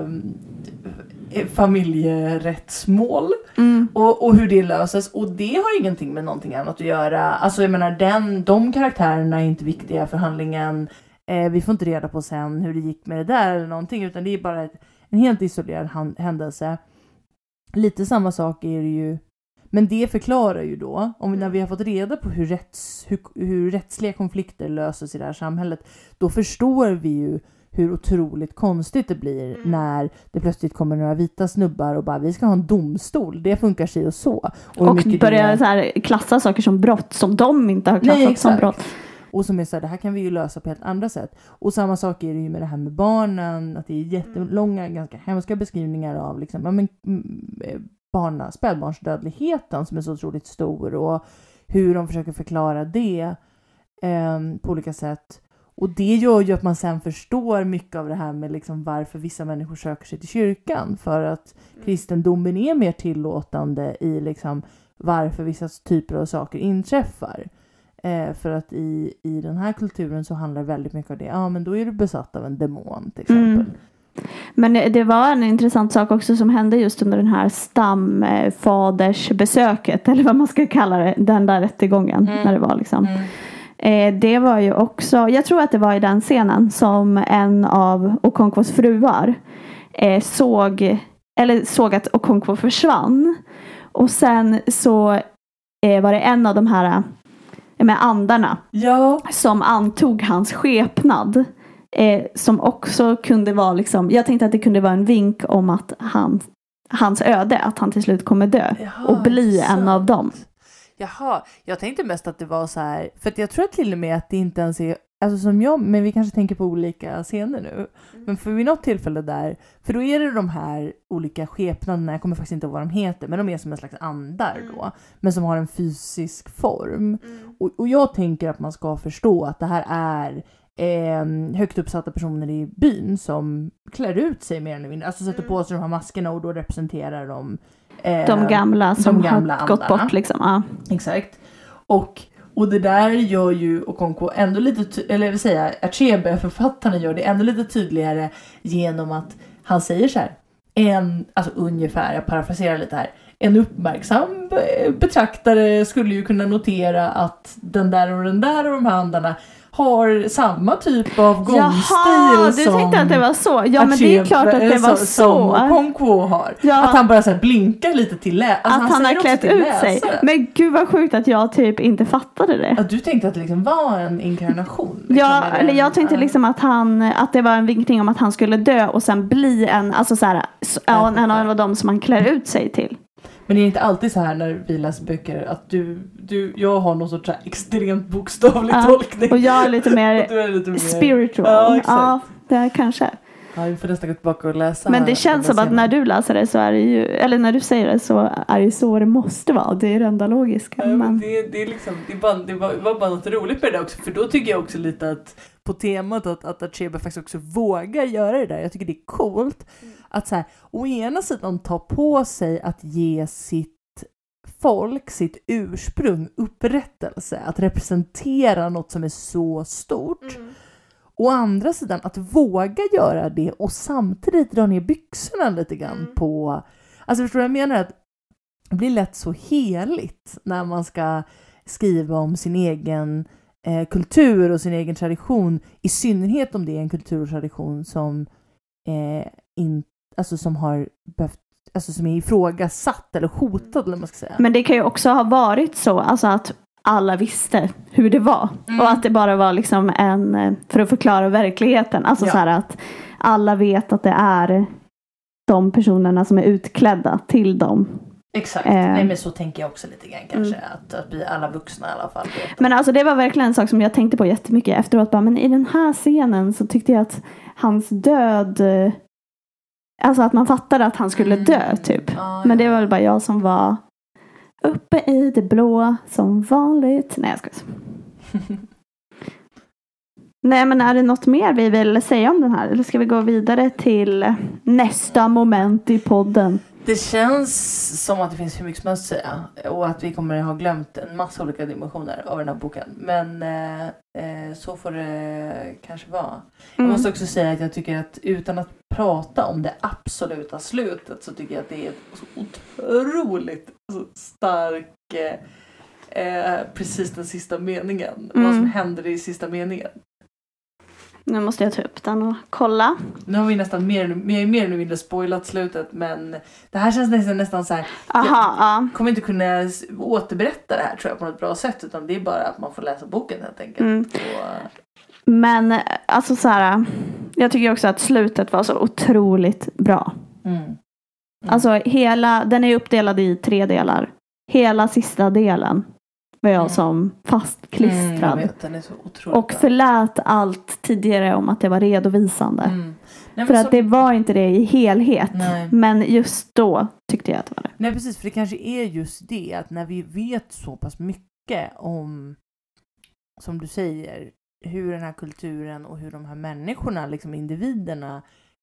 familjerättsmål och hur det löses. Och det har ingenting med någonting annat att göra. Alltså jag menar, de karaktärerna är inte viktiga för handlingen. Vi får inte reda på sen hur det gick med det där eller någonting, utan det är bara en helt isolerad händelse. Lite samma sak är det ju. Men det förklarar ju då, när vi har fått reda på hur rättsliga konflikter löses i det här samhället, då förstår vi ju hur otroligt konstigt det blir när det plötsligt kommer några vita snubbar och bara, vi ska ha en domstol, det funkar sig och så. Och börjar så här klassa saker som brott som de inte har klassat som brott. Och som är så här, det här kan vi ju lösa på helt andra sätt. Och samma sak är det ju med det här med barnen, att det är jättelånga, ganska hemska beskrivningar av liksom, spädbarnsdödligheten som är så otroligt stor och hur de försöker förklara det på olika sätt. Och det gör ju att man sen förstår mycket av det här med liksom varför vissa människor söker sig till kyrkan, för att kristendomen är mer tillåtande i liksom varför vissa typer av saker inträffar. För att i den här kulturen så handlar väldigt mycket om det. Men då är du besatt av en demon till exempel. Men det var en intressant sak också som hände just under den här stamfadersbesöket, eller vad man ska kalla det, den där rättegången när det var liksom. Det var ju också, jag tror att det var i den scenen som en av Okonkvos fruar såg att Okonkwo försvann. Och sen så var det en av de här med andarna som antog hans skepnad. Som också kunde vara liksom, jag tänkte att det kunde vara en vink om att hans öde, att han till slut kommer dö och bli en av dem. Jaha, jag tänkte mest att det var så här, för att jag tror till och med att det inte ens är, alltså men vi kanske tänker på olika scener nu. Men för vid något tillfälle där, för då är det de här olika skepnaderna, jag kommer faktiskt inte ihåg vad de heter, men de är som en slags andar då, men som har en fysisk form. Och jag tänker att man ska förstå att det här är högt uppsatta personer i byn som klär ut sig mer eller mindre, alltså sätter på sig de här maskerna och då representerar de gamla som har gått bort liksom. Ja. Exakt. Och det där gör ju Okonkwo ändå lite, eller jag vill säga Achebe, författarna, gör det ändå lite tydligare genom att han säger så här, alltså ungefär, jag parafraserar lite här, en uppmärksam betraktare skulle ju kunna notera att den där och de här andarna har samma typ av gångstil. Jaha, du tänkte att det var så. Ja, men det är klart att det var så. Som Okonkwo har. Ja. Att han bara så här blinkar lite till alltså att han har klätt ut sig. Men gud vad sjukt att jag typ inte fattade det. Att du tänkte att det liksom var en inkarnation. Liksom, ja, eller jag tänkte liksom att det var en vinkning om att han skulle dö och sen bli en en av dem som han klär ut sig till. Men det är inte alltid så här när vi läser böcker att jag har någon sorts extremt bokstavlig tolkning. Och jag är lite mer spiritual. Ja, exakt. Ja, det är kanske. Ja, vi får nästan gå tillbaka och läsa. Men det känns som att när du läser det så är det ju, eller när du säger det så är det så det måste vara. Det är det enda logiska. Ja, men det är liksom, det var bara något roligt med det också. För då tycker jag också lite att på temat att Achebe faktiskt också vågar göra det där. Jag tycker det är coolt att så här, å ena sidan ta på sig att ge sitt folk, sitt ursprung, upprättelse, att representera något som är så stort. Å andra sidan att våga göra det och samtidigt dra ner byxorna lite grann på, alltså förstår du vad jag menar, att det blir lätt så heligt när man ska skriva om sin egen kultur och sin egen tradition, i synnerhet om det är en kultur och tradition som alltså som har behövt, alltså som är ifrågasatt eller hotad eller vad man ska säga. Men det kan ju också ha varit så, alltså att alla visste hur det var. Och att det bara var liksom för att förklara verkligheten. Alltså så här att alla vet att det är de personerna som är utklädda till dem. Exakt, nej men så tänker jag också lite grann kanske. Att bli alla vuxna i alla fall. Men alltså det var verkligen en sak som jag tänkte på jättemycket efteråt. Men i den här scenen så tyckte jag att hans död... Alltså att man fattade att han skulle dö typ. Men det var väl bara jag som var uppe i det blå som vanligt. Nej, jag ska Nej, men är det något mer vi vill säga om den här? Eller ska vi gå vidare till nästa moment i podden? Det känns som att det finns hur mycket som helst att säga. Och att vi kommer ha glömt en massa olika dimensioner av den här boken. Men så får det kanske vara. Jag måste också säga att jag tycker att utan att prata om det absoluta slutet så tycker jag att det är så otroligt stark precis den sista meningen. Vad som händer i sista meningen. Nu måste jag ta upp den och kolla. Nu har vi nästan mer eller mindre spoilat slutet. Men det här känns nästan så här. Jag kommer inte kunna återberätta det här tror jag på något bra sätt. Utan det är bara att man får läsa boken helt enkelt. Men alltså så här. Jag tycker också att slutet var så otroligt bra. Alltså den är uppdelad i 3 delar. Hela sista delen var jag som fastklistrad. Jag vet, den är så otroligt och bra. Förlät allt tidigare om att det var redovisande. Nej, för att det var inte det i helhet. Nej. Men just då tyckte jag att det var det. Nej, precis. För det kanske är just det. Att när vi vet så pass mycket om, som du säger, hur den här kulturen och hur de här människorna, liksom individerna,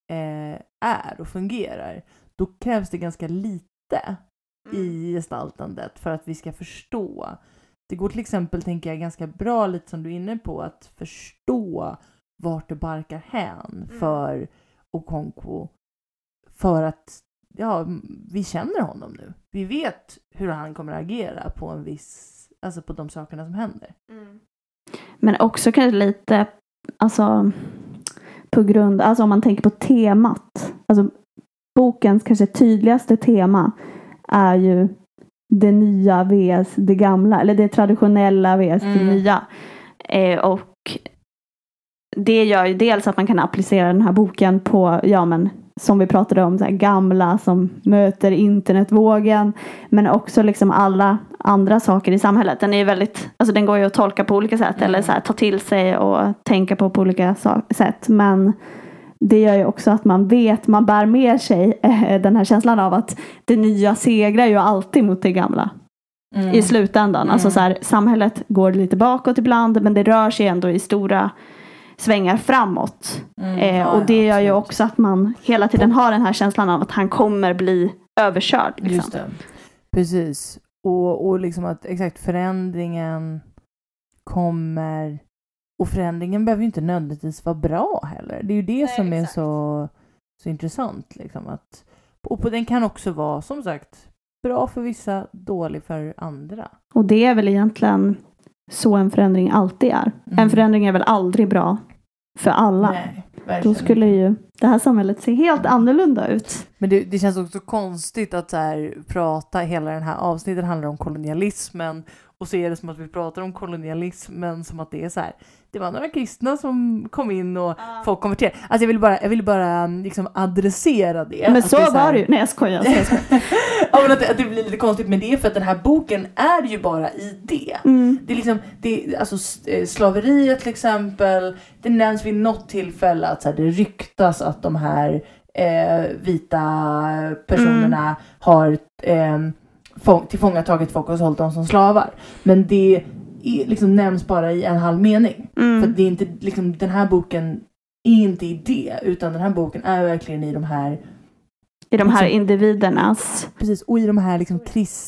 är och fungerar. Då krävs det ganska lite i gestaltandet för att vi ska förstå. Det går till exempel, tänker jag, ganska bra, lite som du är inne på, att förstå vart det barkar hän för Okonkwo. För att vi känner honom nu. Vi vet hur han kommer att agera på en viss, alltså på de sakerna som händer. Men också kanske lite, alltså på grund, alltså om man tänker på temat. Alltså bokens kanske tydligaste tema är ju det nya vs det gamla. Eller det traditionella vs det nya. Och det gör ju dels att man kan applicera den här boken på, som vi pratade om, så här gamla som möter internetvågen. Men också liksom alla andra saker i samhället. Den är ju väldigt, alltså den går ju att tolka på olika sätt. Eller så här, ta till sig och tänka på olika sätt. Men det gör ju också att man bär med sig den här känslan av att det nya segrar ju alltid mot det gamla. I slutändan. Alltså så här, samhället går lite bakåt ibland, men det rör sig ändå i stora svängar framåt. Och det gör ju också att man hela tiden har den här känslan av att han kommer bli överkörd. Liksom. Just det. Precis. Och liksom att exakt förändringen kommer. Och förändringen behöver ju inte nödvändigtvis vara bra heller. Det är ju det som är så intressant. Liksom, att, och den kan också vara, som sagt, bra för vissa, dålig för andra. Och det är väl egentligen så en förändring alltid är. En förändring är väl aldrig bra för alla. Nej, då skulle ju det här samhället se helt annorlunda ut. Men det känns också konstigt att så här, prata, hela den här avsnittet handlar om kolonialismen. Och så är det som att vi pratar om kolonialismen som att det är så här. Det var några kristna som kom in och folk konverterade. Alltså jag vill bara liksom adressera det. Men så var det ju. Nej, jag skojar. Ja, men att det blir lite konstigt. Men det är för att den här boken är ju bara i det. Det är liksom, alltså slaveriet till exempel. Det nämns vid något tillfälle att så här, det ryktas att de här vita personerna har tillfångatagit folk och sålt dem som slavar. Men det liksom nämns bara i en halv mening. För det är inte, liksom, den här boken är inte i det, utan den här boken är verkligen i de här individernas. Precis, och i de här liksom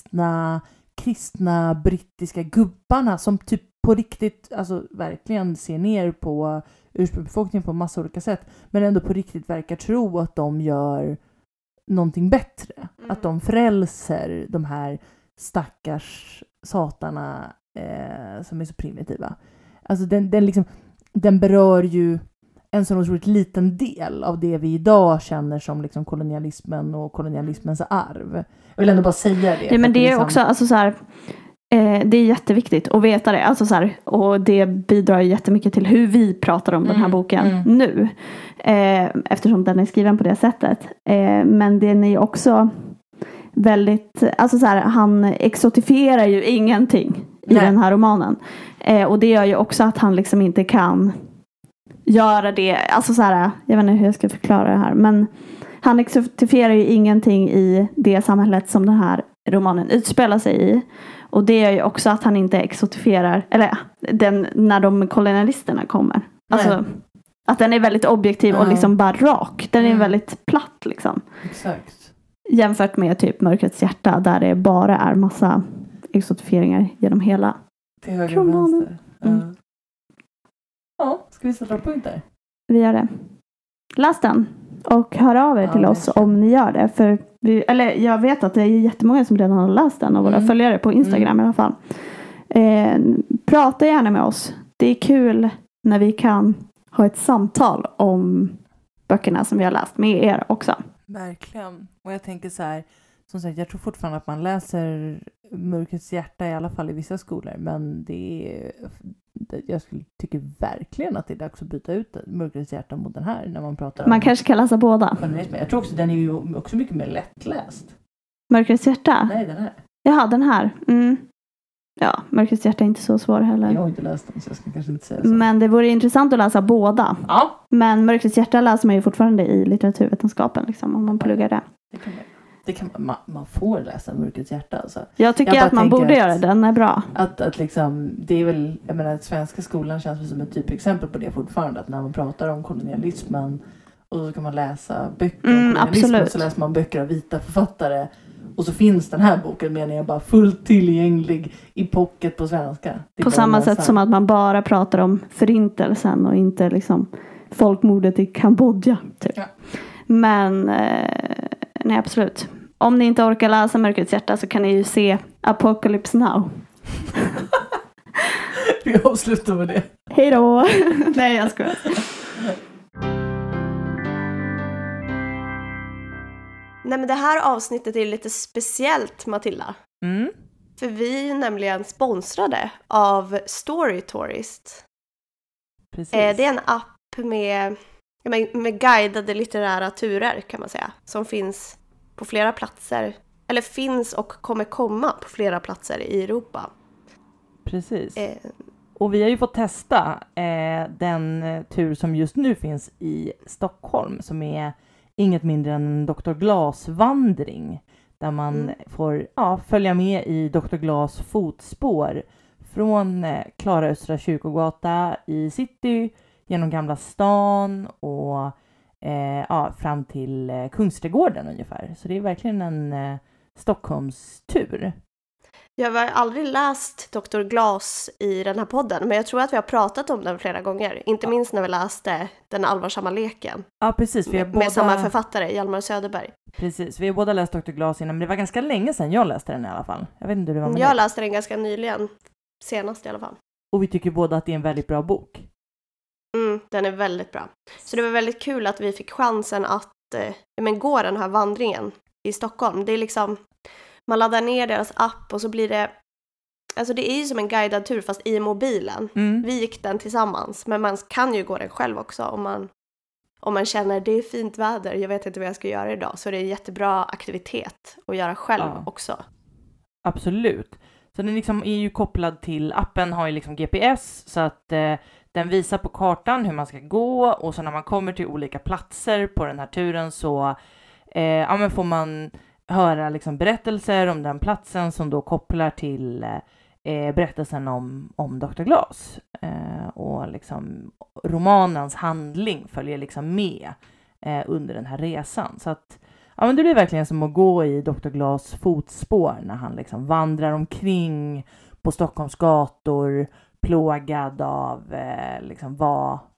kristna brittiska gubbarna som typ på riktigt, alltså verkligen ser ner på ursprungsbefolkningen på massa olika sätt, men ändå på riktigt verkar tro att de gör någonting bättre. Att de frälser de här stackars satarna som är så primitiva. Alltså den berör ju en sån otroligt liten del av det vi idag känner som liksom kolonialismen och kolonialismens arv. Jag vill ändå bara säga det. Ja, men det är liksom... också, alltså så här, det är jätteviktigt att veta det. Alltså så här, och det bidrar jättemycket till hur vi pratar om den här boken nu. Eftersom den är skriven på det sättet. Men den är också väldigt, alltså så här, han exotifierar ju ingenting i den här romanen. Och det gör ju också att han liksom inte kan göra det, alltså så här, jag vet inte hur jag ska förklara det här, men han exotifierar ju ingenting i det samhället som den här romanen utspelar sig i. Och det gör ju också att han inte exotifierar, eller när de kolonialisterna kommer. Alltså att den är väldigt objektiv och liksom bara rak. Den är väldigt platt liksom. Exakt. Jämfört med typ Mörkrets hjärta där det bara är massa exotifieringar genom hela till höger och vänster. Ja, ska vi sätta punkter? Vi gör det. Läs den. Och hör av er till oss om ni gör det. För jag vet att det är jättemånga som redan har läst den. Och våra följare på Instagram i alla fall. Prata gärna med oss. Det är kul när vi kan ha ett samtal om böckerna som vi har läst med er också. Verkligen. Och jag tänker så här. Som sagt, jag tror fortfarande att man läser Mörkrets hjärta i alla fall i vissa skolor. Men jag tycker verkligen att det är dags att byta ut Mörkrets hjärta mot den här när man pratar om... Man kanske kan läsa båda. Jag tror också den är ju också mycket mer lättläst. Mörkrets hjärta? Nej, den här. Jaha, den här. Ja, Mörkrets hjärta är inte så svår heller. Jag har inte läst den så jag ska kanske inte säga så. Men det vore intressant att läsa båda. Ja. Men Mörkrets hjärta läser man ju fortfarande i litteraturvetenskapen liksom, om man pluggar det. Det kan man får läsa Mörkrets hjärta alltså. Jag tycker att man borde göra det, den är bra. Att liksom, det är väl, jag menar, svenska skolan känns som ett typexempel på det fortfarande. Att när man pratar om kolonialismen och så kan man läsa böcker om kolonialismen. Absolut. Så läser man böcker av vita författare. Och så finns den här boken, menar jag, bara fullt tillgänglig i pocket på svenska. På samma sätt som att man bara pratar om förintelsen och inte liksom folkmordet i Kambodja. Typ. Ja. Men nej, absolut. Om ni inte orkar läsa Mörkrets hjärta så kan ni ju se Apocalypse Now. Vi avslutar med det. Hej då! Nej, jag skojar. Nej, men det här avsnittet är lite speciellt, Matilda. För vi är nämligen sponsrade av Storytourist. Precis. Det är en app med guidade litterära turer kan man säga. Som finns på flera platser. Eller finns och kommer komma på flera platser i Europa. Precis. Och vi har ju fått testa den tur som just nu finns i Stockholm. Som är inget mindre än Dr. Glas-vandring. Där man får följa med i Dr. Glas fotspår. Från Klara Östra Kyrkogata i city. Genom Gamla stan och fram till Kungsträdgården ungefär. Så det är verkligen en Stockholmstur. Jag har aldrig läst Dr. Glas i den här podden, men jag tror att vi har pratat om den flera gånger. Inte minst när vi läste Den allvarsamma leken. Ja, precis. Med samma författare, Hjalmar Söderberg. Precis, vi har båda läst Dr. Glas innan, men det var ganska länge sedan jag läste den i alla fall. Jag vet inte hur det var med Jag läste den ganska nyligen, senast i alla fall. Och vi tycker båda att det är en väldigt bra bok. Den är väldigt bra. Så det var väldigt kul att vi fick chansen att gå den här vandringen i Stockholm. Det är liksom, man laddar ner deras app och så blir det, alltså det är ju som en guidad tur fast i mobilen. Vi gick den tillsammans, men man kan ju gå den själv också om man känner det är fint väder, jag vet inte vad jag ska göra idag. Så det är en jättebra aktivitet att göra själv också. Absolut. Så den liksom är ju kopplad till, appen har ju liksom GPS så att den visar på kartan hur man ska gå, och så när man kommer till olika platser på den här turen så men får man höra liksom berättelser om den platsen som då kopplar till berättelsen om Dr. Glas. Och liksom romanens handling följer liksom med under den här resan. Så att men det blir verkligen som att gå i Dr. Glas fotspår när han liksom vandrar omkring på Stockholms gator, plågad av liksom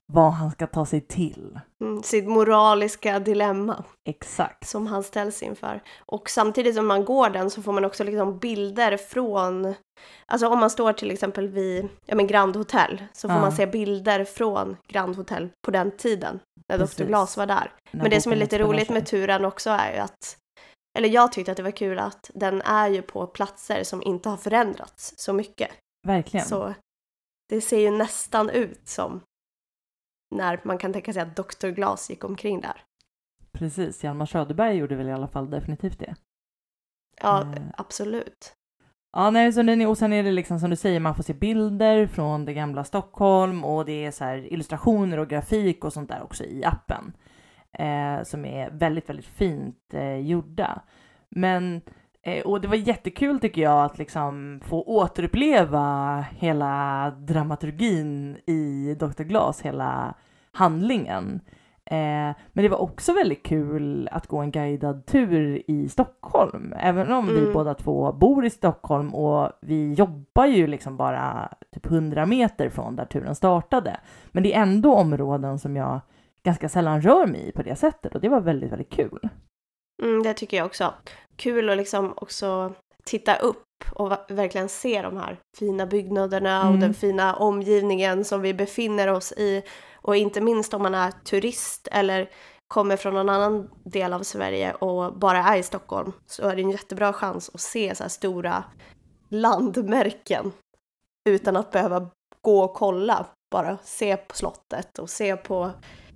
vad han ska ta sig till. Sitt moraliska dilemma. Exakt. Som han ställs inför. Och samtidigt som man går den så får man också liksom bilder från... Alltså om man står till exempel vid Grand Hotel så får man se bilder från Grand Hotel på den tiden. När Dr. Glas var där. Men det som är lite roligt med turen också är ju att... Eller jag tyckte att det var kul att den är ju på platser som inte har förändrats så mycket. Verkligen. Så det ser ju nästan ut som när man kan tänka sig att Dr. Glas gick omkring där. Precis, Hjalmar Söderberg gjorde väl i alla fall definitivt det. Ja, absolut. Ja, nej, och sen är det liksom som du säger, man får se bilder från det gamla Stockholm och det är så här illustrationer och grafik och sånt där också i appen. Som är väldigt, väldigt fint gjorda. Men, och det var jättekul tycker jag att liksom få återuppleva hela dramaturgin i Dr. Glas, hela handlingen. Men det var också väldigt kul att gå en guidad tur i Stockholm. Även om vi båda två bor i Stockholm och vi jobbar ju liksom bara typ 100 meter från där turen startade. Men det är ändå områden som jag ganska sällan rör mig i på det sättet och det var väldigt, väldigt kul. Det tycker jag också. Kul att liksom också titta upp och verkligen se de här fina byggnaderna och den fina omgivningen som vi befinner oss i. Och inte minst om man är turist eller kommer från någon annan del av Sverige och bara är i Stockholm så är det en jättebra chans att se så här stora landmärken utan att behöva gå och kolla. Bara se på slottet och se på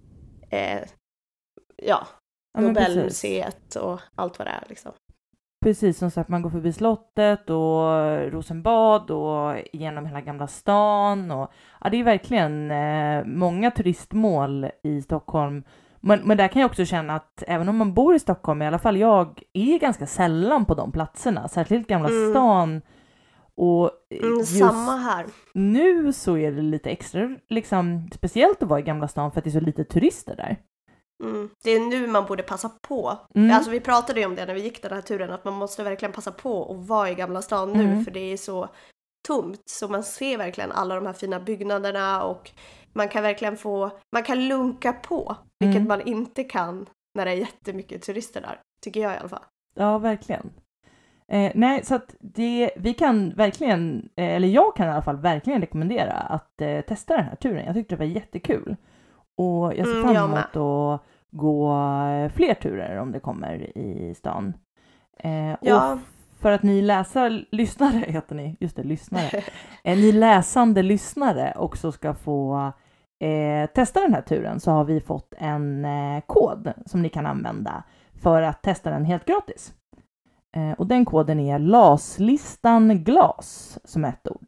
Nobelmuseet och allt vad det är liksom. Precis, som sagt man går förbi slottet och Rosenbad och genom hela Gamla stan. Och, ja, det är verkligen många turistmål i Stockholm. Men där kan jag också känna att även om man bor i Stockholm, i alla fall jag är ganska sällan på de platserna. Särskilt Gamla stan. Och samma här. Nu så är det lite extra liksom, speciellt att vara i Gamla stan för att det är så lite turister där. Det är nu man borde passa på. Alltså vi pratade ju om det när vi gick den här turen att man måste verkligen passa på att vara i Gamla stan nu för det är så tomt så man ser verkligen alla de här fina byggnaderna och man kan verkligen man kan lunka på vilket man inte kan när det är jättemycket turister där, tycker jag i alla fall. Ja, verkligen. Nej, så att vi kan verkligen, eller jag kan i alla fall verkligen rekommendera att testa den här turen. Jag tyckte det var jättekul. Och jag ser fram emot att gå fler turer om det kommer i stan. Och för att ni lyssnare heter ni, just det, lyssnare. Ni läsande lyssnare också ska få testa den här turen så har vi fått en kod som ni kan använda för att testa den helt gratis. Och den koden är LASlistan GLAS som ett ord.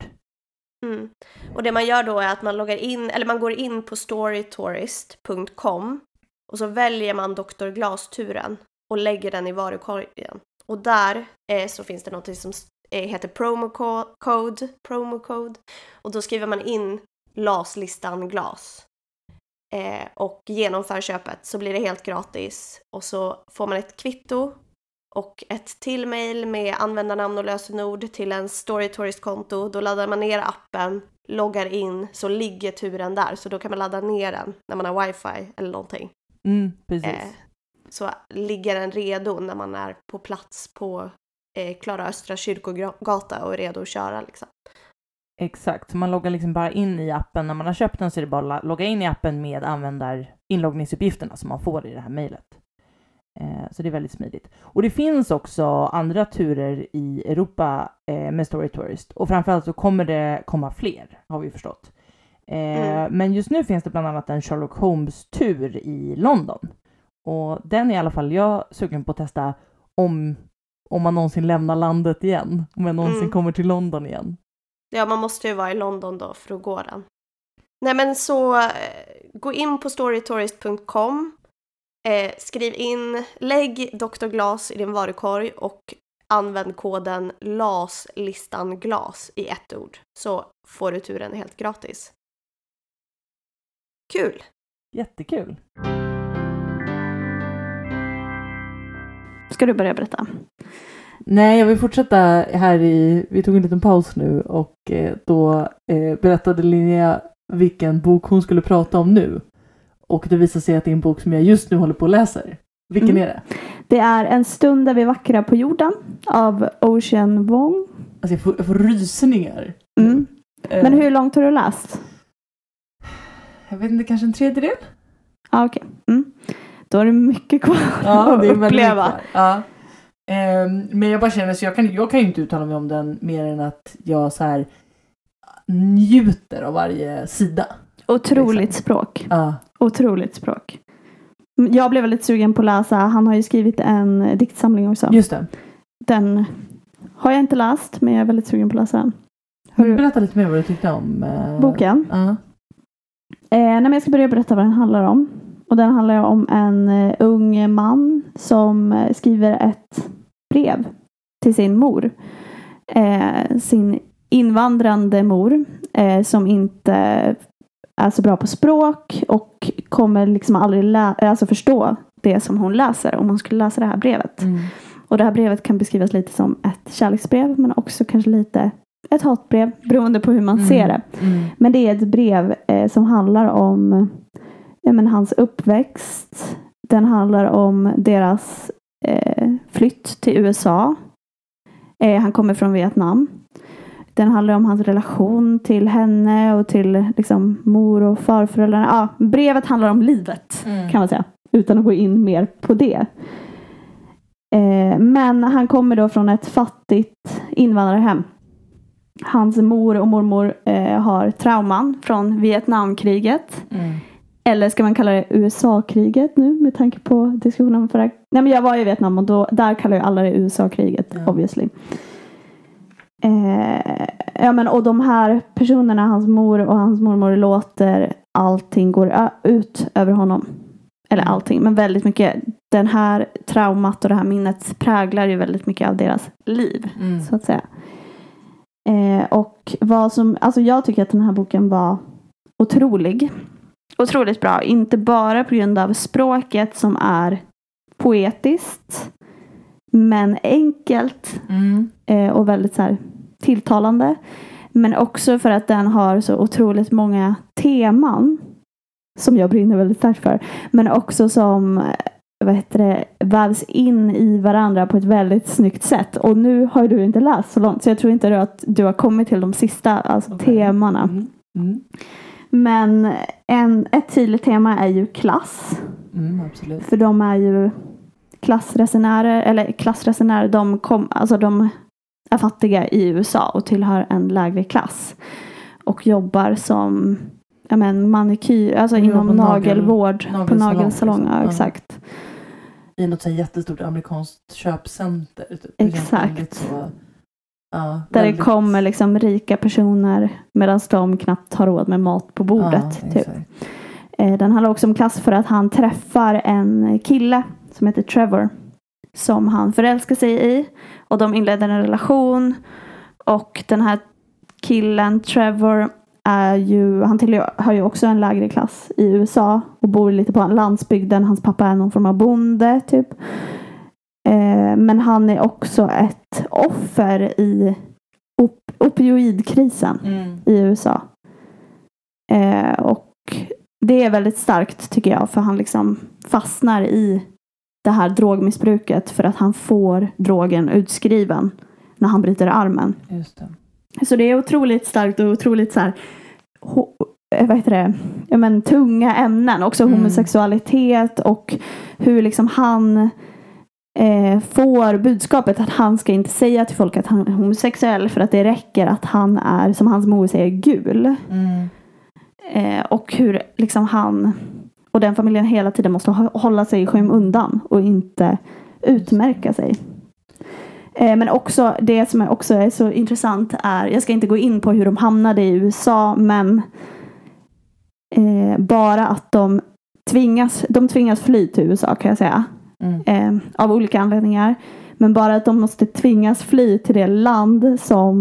Och det man gör då är att man loggar in, eller man går in på storytourist.com och så väljer man Dr. Glas-turen och lägger den i varukorgen. Och där så finns det något som heter promocode och då skriver man in LASlistan GLAS och genomför köpet så blir det helt gratis och så får man ett kvitto och ett till mail med användarnamn och lösenord till en Storytourist-konto. Då laddar man ner appen, loggar in, så ligger turen där. Så då kan man ladda ner den när man har wifi eller någonting. Precis. Så ligger den redo när man är på plats på Klara Östra Kyrkogata och är redo att köra liksom. Exakt, så man loggar liksom bara in i appen. När man har köpt den så är det bara att logga in i appen med inloggningsuppgifterna som man får i det här mejlet. Så det är väldigt smidigt. Och det finns också andra turer i Europa med Story Tourist. Och framförallt så kommer det komma fler, har vi förstått. Men just nu finns det bland annat en Sherlock Holmes-tur i London. Och den är i alla fall jag sugen på att testa om man någonsin lämnar landet igen. Om jag någonsin kommer till London igen. Ja, man måste ju vara i London då för att gå den. Nej men så gå in på storytourist.com. Skriv in, lägg Dr. Glas i din varukorg och använd koden LASlistan GLAS i ett ord. Så får du turen helt gratis. Kul! Jättekul! Ska du börja berätta? Nej, jag vill fortsätta här vi tog en liten paus nu och då berättade Linnea vilken bok hon skulle prata om nu. Och det visar sig att det är en bok som jag just nu håller på att läsa. Vilken är det? Det är En stund där vi vackra på jorden av Ocean Vuong. Alltså jag får rysningar. Men hur långt har du läst? Jag vet inte, kanske en tredjedel? Ja, okej. Då är det mycket kvar att det är uppleva. Ja. Men jag bara känner så jag kan ju inte uttala mig om den mer än att jag så här njuter av varje sida. Otroligt liksom. Språk. Ja. Otroligt språk. Jag blev väldigt sugen på att läsa. Han har ju skrivit en diktsamling också. Just det. Den har jag inte läst, men jag är väldigt sugen på att läsa den. Berätta lite mer vad du tyckte om boken. Men jag ska börja berätta vad den handlar om. Och den handlar om en ung man som skriver ett brev till sin mor. Sin invandrande mor som inte är så bra på språk och kommer liksom aldrig förstå det som hon läser om hon skulle läsa det här brevet. Och det här brevet kan beskrivas lite som ett kärleksbrev, men också kanske lite ett hatbrev, beroende på hur man ser det. Men det är ett brev som handlar om hans uppväxt. Den handlar om deras flytt till USA. Han kommer från Vietnam. Den handlar om hans relation till henne och till liksom mor och farföräldrarna. Brevet handlar om livet, kan man säga. Utan att gå in mer på det. Men han kommer då från ett fattigt invandrarhem. Hans mor och mormor har trauman från Vietnamkriget. Eller ska man kalla det USA-kriget nu med tanke på diskussionen om förra. Nej, men jag var i Vietnam och där kallar ju alla det USA-kriget, obviously. Och de här personerna, hans mor och hans mormor, låter allting gå ut över honom. Eller allting, men väldigt mycket. Den här traumat och det här minnet präglar ju väldigt mycket av deras liv, så att säga. Och jag tycker att den här boken var otroligt bra. Inte bara på grund av språket som är poetiskt, men enkelt och väldigt så här tilltalande. Men också för att den har så otroligt många teman som jag brinner väldigt starkt för. Men också som vävs in i varandra på ett väldigt snyggt sätt. Och nu har du inte läst så långt, så jag tror inte att du har kommit till de sista temana. Men ett tydligt tema är ju klass. Absolut. För de är ju klassresenärer. De är fattiga i USA och tillhör en lägre klass. Och jobbar som manikyr, alltså inom nagelvård på nagelsalong. Ja, exakt. I något så jättestort amerikanskt köpcenter. Typ. Exakt. Där det kommer liksom rika personer medan de knappt har råd med mat på bordet. Typ. Den handlar också om klass för att han träffar en kille som heter Trevor. Som han förälskar sig i. Och de inleder en relation. Och den här killen, Trevor, han har ju också en lägre klass i USA. Och bor lite på landsbygden. Hans pappa är någon form av bonde typ. Men han är också ett offer i opioidkrisen i USA. Och det är väldigt starkt tycker jag. För han liksom fastnar i det här drogmissbruket. För att han får drogen utskriven när han bryter armen. Just det. Så det är otroligt starkt och otroligt så här, tunga ämnen. Också homosexualitet och hur liksom han får budskapet att han ska inte säga till folk att han är homosexuell, för att det räcker att han är, som hans mor säger, gul. Och hur liksom han och den familjen hela tiden måste hålla sig i skymundan och inte utmärka sig. Men också det som också är så intressant är, jag ska inte gå in på hur de hamnade i USA, men bara att de tvingas fly till USA, kan jag säga. Av olika anledningar. Men bara att de måste tvingas fly till det land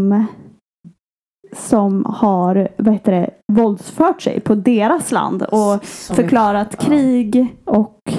som har våldsfört sig på deras land och förklarat krig och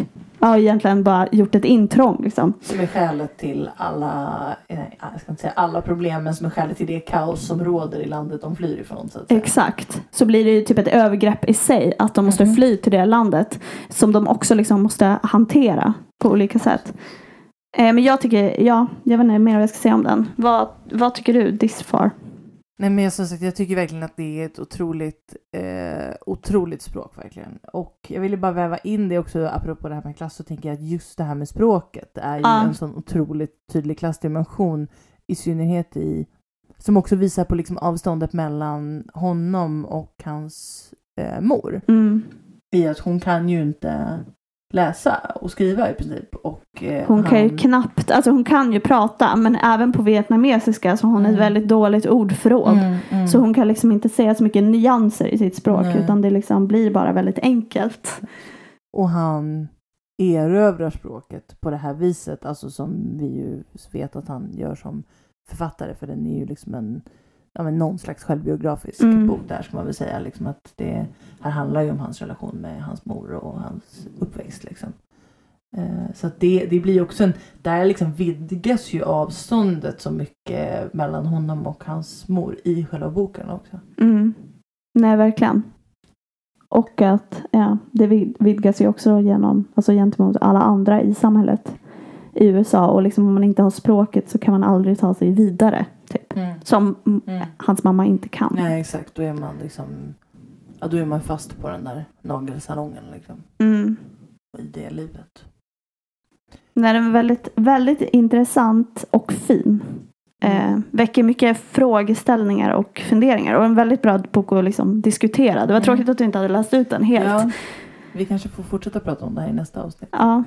Ja, egentligen bara gjort ett intrång liksom. Som är skälet till jag ska inte säga alla problem, men som är skälet till det kaos som råder i landet de flyr ifrån. Så att säga. Exakt. Så blir det ju typ ett övergrepp i sig att de måste fly till det landet som de också liksom måste hantera på olika sätt. Men jag tycker, jag vet inte mer vad jag ska säga om den. Vad tycker du this far? Nej, men jag tycker verkligen att det är ett otroligt språk verkligen. Och jag ville bara väva in det också apropå det här med klass, så tänker jag att just det här med språket är ju en sån otroligt tydlig klassdimension, i synnerhet som också visar på liksom avståndet mellan honom och hans mor. I att hon kan ju inte läsa och skriva i princip. Och, hon kan ju knappt, alltså hon kan ju prata, men även på vietnamesiska så hon är ett väldigt dåligt ordförråd. Så hon kan liksom inte säga så mycket nyanser i sitt språk, utan det liksom blir bara väldigt enkelt. Och han erövrar språket på det här viset, alltså som vi ju vet att han gör som författare, för den är ju liksom någon slags självbiografisk bok där, ska man väl säga liksom, att det här handlar ju om hans relation med hans mor och hans uppväxt liksom. Så att det blir också där liksom vidgas ju avståndet så mycket mellan honom och hans mor i själva boken också. Nej, verkligen. Och att det vidgas ju också gentemot alla andra i samhället i USA, och liksom om man inte har språket så kan man aldrig ta sig vidare typ. Som hans mamma inte kan. Nej, exakt, då är man liksom då är man fast på den där nagelsalongen liksom. I det livet. Nej, den är väldigt, väldigt intressant och fin. Väcker mycket frågeställningar och funderingar, och en väldigt bra bok att liksom diskutera. Det var tråkigt att du inte hade läst ut den helt. Ja, vi kanske får fortsätta prata om det här i nästa avsnitt. Ja.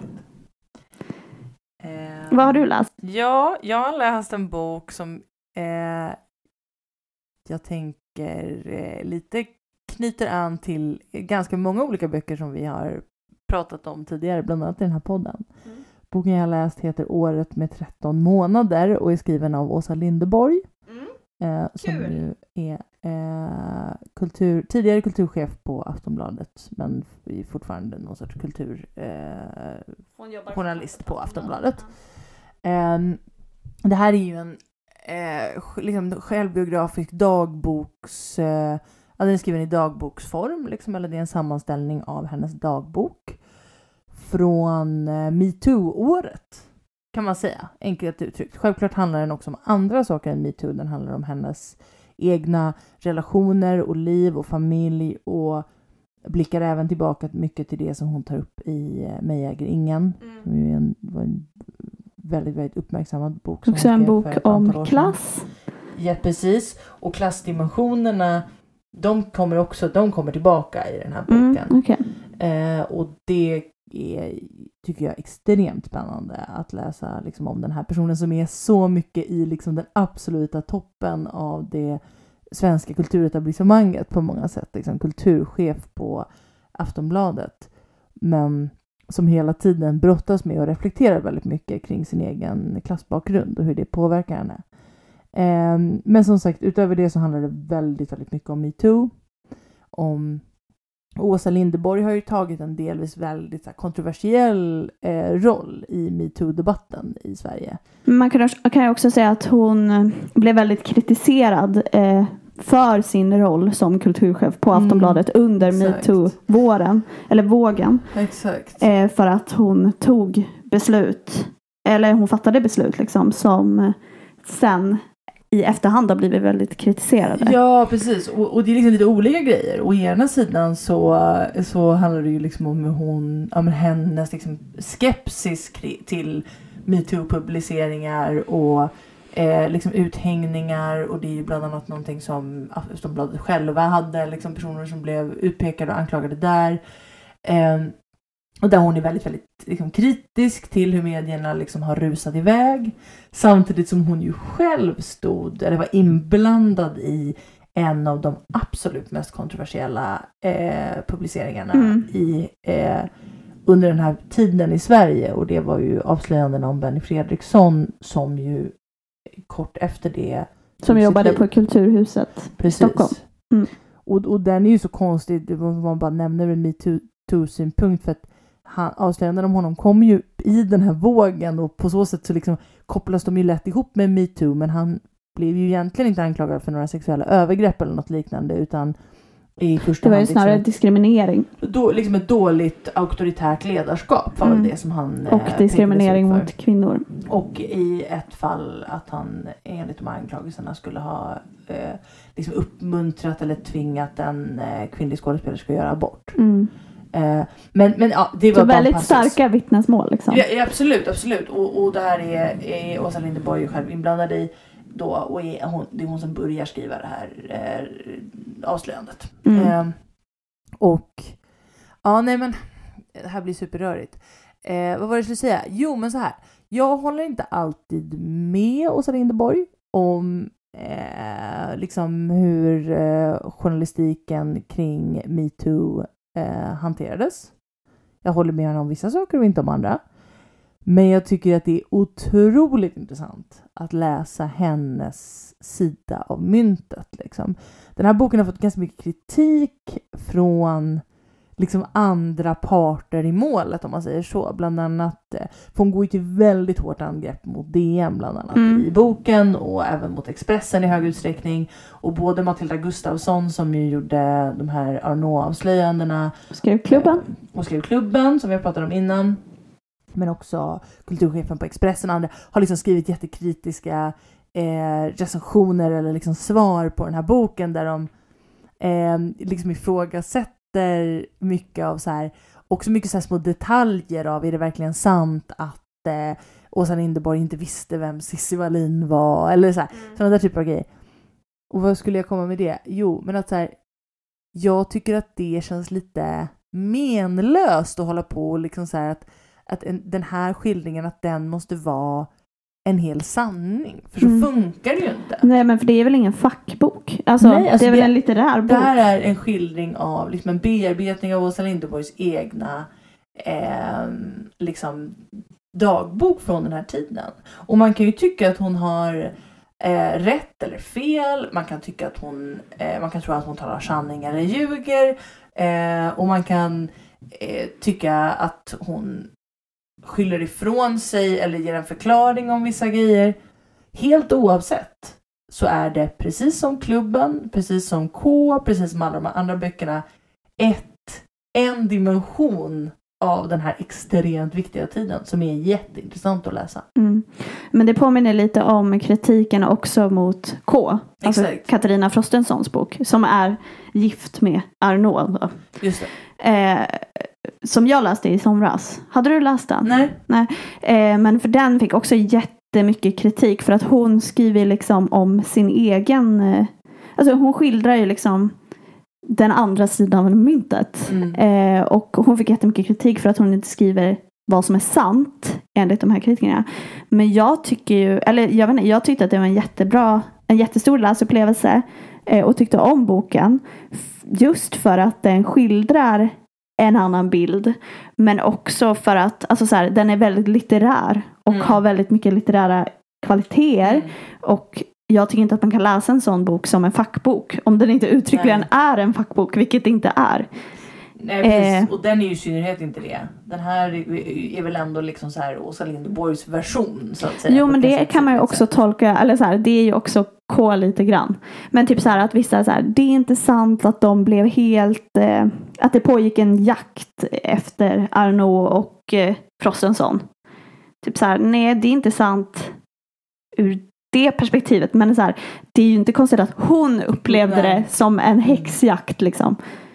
Vad har du läst? Ja, jag har läst en bok som jag tänker lite knyter an till ganska många olika böcker som vi har pratat om tidigare, bland annat i den här podden. Boken jag har läst heter Året med 13 månader och är skriven av Åsa Linderborg. Som ju är tidigare kulturchef på Aftonbladet, men fortfarande någon sorts kulturjournalist på Aftonbladet. Det här är ju en liksom självbiografisk dagboks, den är skriven i dagboksform liksom, eller det är en sammanställning av hennes dagbok från MeToo-året, kan man säga, enkelt uttryckt. Självklart handlar den också om andra saker än MeToo. Den handlar om hennes egna relationer och liv och familj, och blickar även tillbaka mycket till det som hon tar upp i Mig äger ingen. Som ju var en väldigt, väldigt uppmärksammad bok. Också en bok om klass. Ja, precis. Och klassdimensionerna, de kommer tillbaka i den här boken. Okay. Och det tycker jag är extremt spännande att läsa liksom, om den här personen som är så mycket i liksom, den absoluta toppen av det svenska kulturetablissemanget på många sätt. Liksom, kulturchef på Aftonbladet, men som hela tiden brottas med och reflekterar väldigt mycket kring sin egen klassbakgrund och hur det påverkar henne. Men som sagt, utöver det så handlar det väldigt, väldigt mycket om MeToo. Åsa Linderborg har ju tagit en delvis väldigt kontroversiell roll i MeToo-debatten i Sverige. Man kan ju också säga att hon blev väldigt kritiserad för sin roll som kulturchef på Aftonbladet under MeToo-vågen. Exakt. För att hon tog beslut, eller hon fattade beslut liksom, som sen i efterhand har blivit väldigt kritiserade. Ja, precis. Och det är liksom lite olika grejer. Å ena sidan så handlar det ju liksom om hennes liksom skepsis till MeToo-publiceringar och liksom uthängningar, och det är ju bland annat någonting som Aftonbladet själva hade, liksom personer som blev utpekade och anklagade där. Och där hon är väldigt, väldigt liksom, kritisk till hur medierna liksom har rusat iväg. Samtidigt som hon ju själv var inblandad i en av de absolut mest kontroversiella publiceringarna under den här tiden i Sverige. Och det var ju avslöjandena om Benny Fredriksson, som ju kort efter det... Som jobbade på Kulturhuset i Stockholm. Och den är ju så konstig, man bara nämner en MeToo-synpunkt, för att avslöjanden om honom kommer ju i den här vågen, och på så sätt så liksom kopplas de ju lätt ihop med MeToo, men han blev ju egentligen inte anklagad för några sexuella övergrepp eller något liknande, utan i första det var ju hand snarare liksom, diskriminering. Liksom ett dåligt auktoritärt ledarskap var det som han och diskriminering mot kvinnor. Och i ett fall att han enligt de här anklagelserna skulle ha liksom uppmuntrat eller tvingat en kvinnlig skådespelerska att göra abort. Men ja, det var väldigt starka vittnesmål liksom. Ja, absolut. Och det här är Åsa Linderborg själv inblandad i då, och det är hon som börjar skriva det här avslöjandet. Och ja, nej men det här blir superrörigt. Vad var det jag skulle säga? Jo, men så här. Jag håller inte alltid med Åsa Linderborg om liksom hur journalistiken kring MeToo hanterades. Jag håller med henne om vissa saker och inte om andra. Men jag tycker att det är otroligt intressant att läsa hennes sida av myntet. Liksom. Den här boken har fått ganska mycket kritik från liksom andra parter i målet, om man säger så. Bland annat, för hon går ju till väldigt hårt angrepp mot DN bland annat i boken, och även mot Expressen i hög utsträckning. Och både Matilda Gustafsson, som ju gjorde de här Arnault-avslöjandena, skrev klubben som vi har pratat om innan, men också kulturchefen på Expressen och andra, har liksom skrivit jättekritiska recensioner eller liksom svar på den här boken, där de liksom ifrågasätter mycket av så här, också mycket så här små detaljer av, är det verkligen sant att Åsa Linderborg inte visste vem Cissi Wallin var, eller så här, sådana där typer av grejer. Och vad skulle jag komma med det? Jo, men att så här, jag tycker att det känns lite menlöst att hålla på och liksom så här att den här skildringen, att den måste vara en hel sanning. För så funkar det ju inte. Nej, men för det är väl ingen fackbok. Alltså, nej, alltså det är väl en litterär bok. Det här är en skildring av liksom en bearbetning av Åsa Linderborgs egna liksom dagbok från den här tiden. Och man kan ju tycka att hon har rätt eller fel. Man kan tycka att man kan tro att hon talar sanning eller ljuger. Och man kan tycka att hon skyller ifrån sig eller ger en förklaring om vissa grejer. Helt oavsett så är det, precis som klubben, precis som K, precis som alla de andra böckerna, en dimension av den här extremt viktiga tiden som är jätteintressant att läsa. Men det påminner lite om kritiken också mot K. Alltså Katarina Frostensons bok, som är gift med Arnault. Just det. Som jag läste i somras. Hade du läst den? Nej. Men för den fick också jättemycket kritik, för att hon skriver liksom om sin egen... Alltså hon skildrar ju liksom den andra sidan av myntet. Och hon fick jättemycket kritik för att hon inte skriver vad som är sant enligt de här kritikerna. Men jag tycker ju... Eller jag vet inte, jag tyckte att det var en jättestor läsupplevelse. Och tyckte om boken. Just för att den skildrar en annan bild, men också för att alltså så här, den är väldigt litterär och har väldigt mycket litterära kvaliteter, och jag tycker inte att man kan läsa en sån bok som en fackbok om den inte uttryckligen är en fackbok, vilket det inte är. Nej, precis. Och den är ju i synnerhet inte det. Den här är väl ändå liksom så här Åsa Linderborgs version, så att säga. Jo, men det kan man ju också tolka, eller så här, det är ju också K lite grann. Men typ så här att vissa så här, det är inte sant att de blev helt att det pågick en jakt efter Arnault och Frostenson. Typ så här, nej, det är inte sant ur det perspektivet, men så här, det är ju inte konstigt att hon upplevde det som en häxjakt liksom.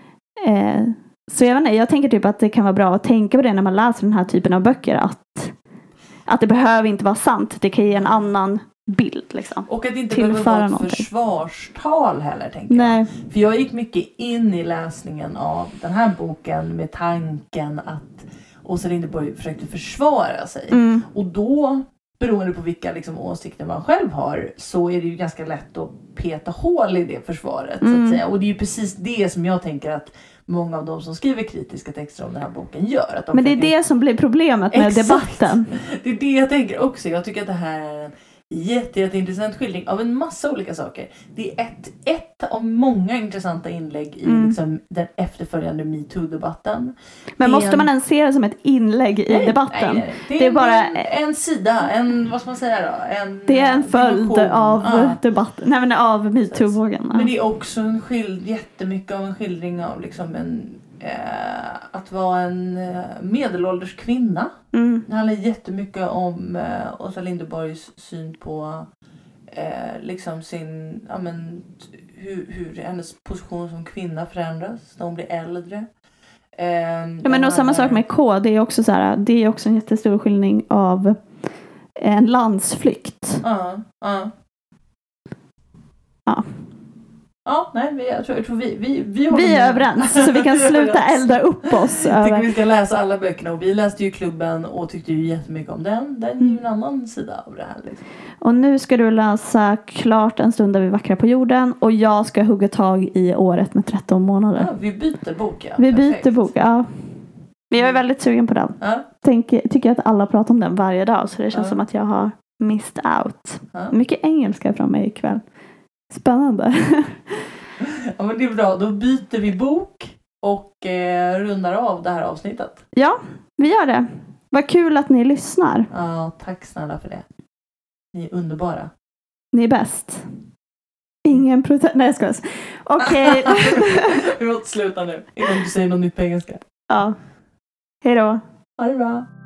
Så jag vet inte, jag tänker typ att det kan vara bra att tänka på det när man läser den här typen av böcker, att det behöver inte vara sant, det kan ge en annan bild liksom. Och att det inte behöver vara ett försvarstal heller, tänker jag. För jag gick mycket in i läsningen av den här boken med tanken att Åsa Linderborg försökte försvara sig. Och då, beroende på vilka liksom åsikter man själv har, så är det ju ganska lätt att peta hål i det försvaret, så att säga. Och det är ju precis det som jag tänker att många av de som skriver kritiska texter om den här boken gör. Att men det är det som blir problemet med debatten. Det är det jag tänker också. Jag tycker att det här är Jätteintressant skildring av en massa olika saker. Det är ett av många intressanta inlägg i liksom den efterföljande MeToo-debatten. Men måste man ens se det som ett inlägg i debatten? Nej. Det är bara en sida, vad ska man säga då? Det är en följd av debatten, nej men av MeToo-vågen. Men det är också jättemycket av en skildring av liksom att vara en medelålders kvinna. Det handlar jättemycket om Åsa Linderborgs syn på liksom sin, hur hennes position som kvinna förändras när hon blir äldre. Men och samma sak med K, det är också så här, det är också en jättestor skildring av en landsflykt. Ja, nej, jag tror vi är överens, så vi kan sluta elda upp oss. Jag tycker vi ska läsa alla böckerna, och vi läste ju Klubben och tyckte ju jättemycket om den. Den är ju en annan sida av det här. Liksom. Och nu ska du läsa klart En stund där vi vackrar på jorden, och jag ska hugga tag i Året med 13 månader. Ja, vi byter bok, ja. Vi byter bok, ja. Men jag är väldigt sugen på den. Ja. Tycker att alla pratar om den varje dag, så det känns som att jag har missed out. Ja. Mycket engelska från mig ikväll. Spännande. Ja, men det är bra. Då byter vi bok och rundar av det här avsnittet. Ja, vi gör det. Vad kul att ni lyssnar. Ja, tack snälla för det. Ni är underbara. Ni är bäst. Ingen protest. Nej, jag skojar. Okej. Vi måste sluta nu innan du säger något nytt på engelska. Ja. Hej då. Ha det bra.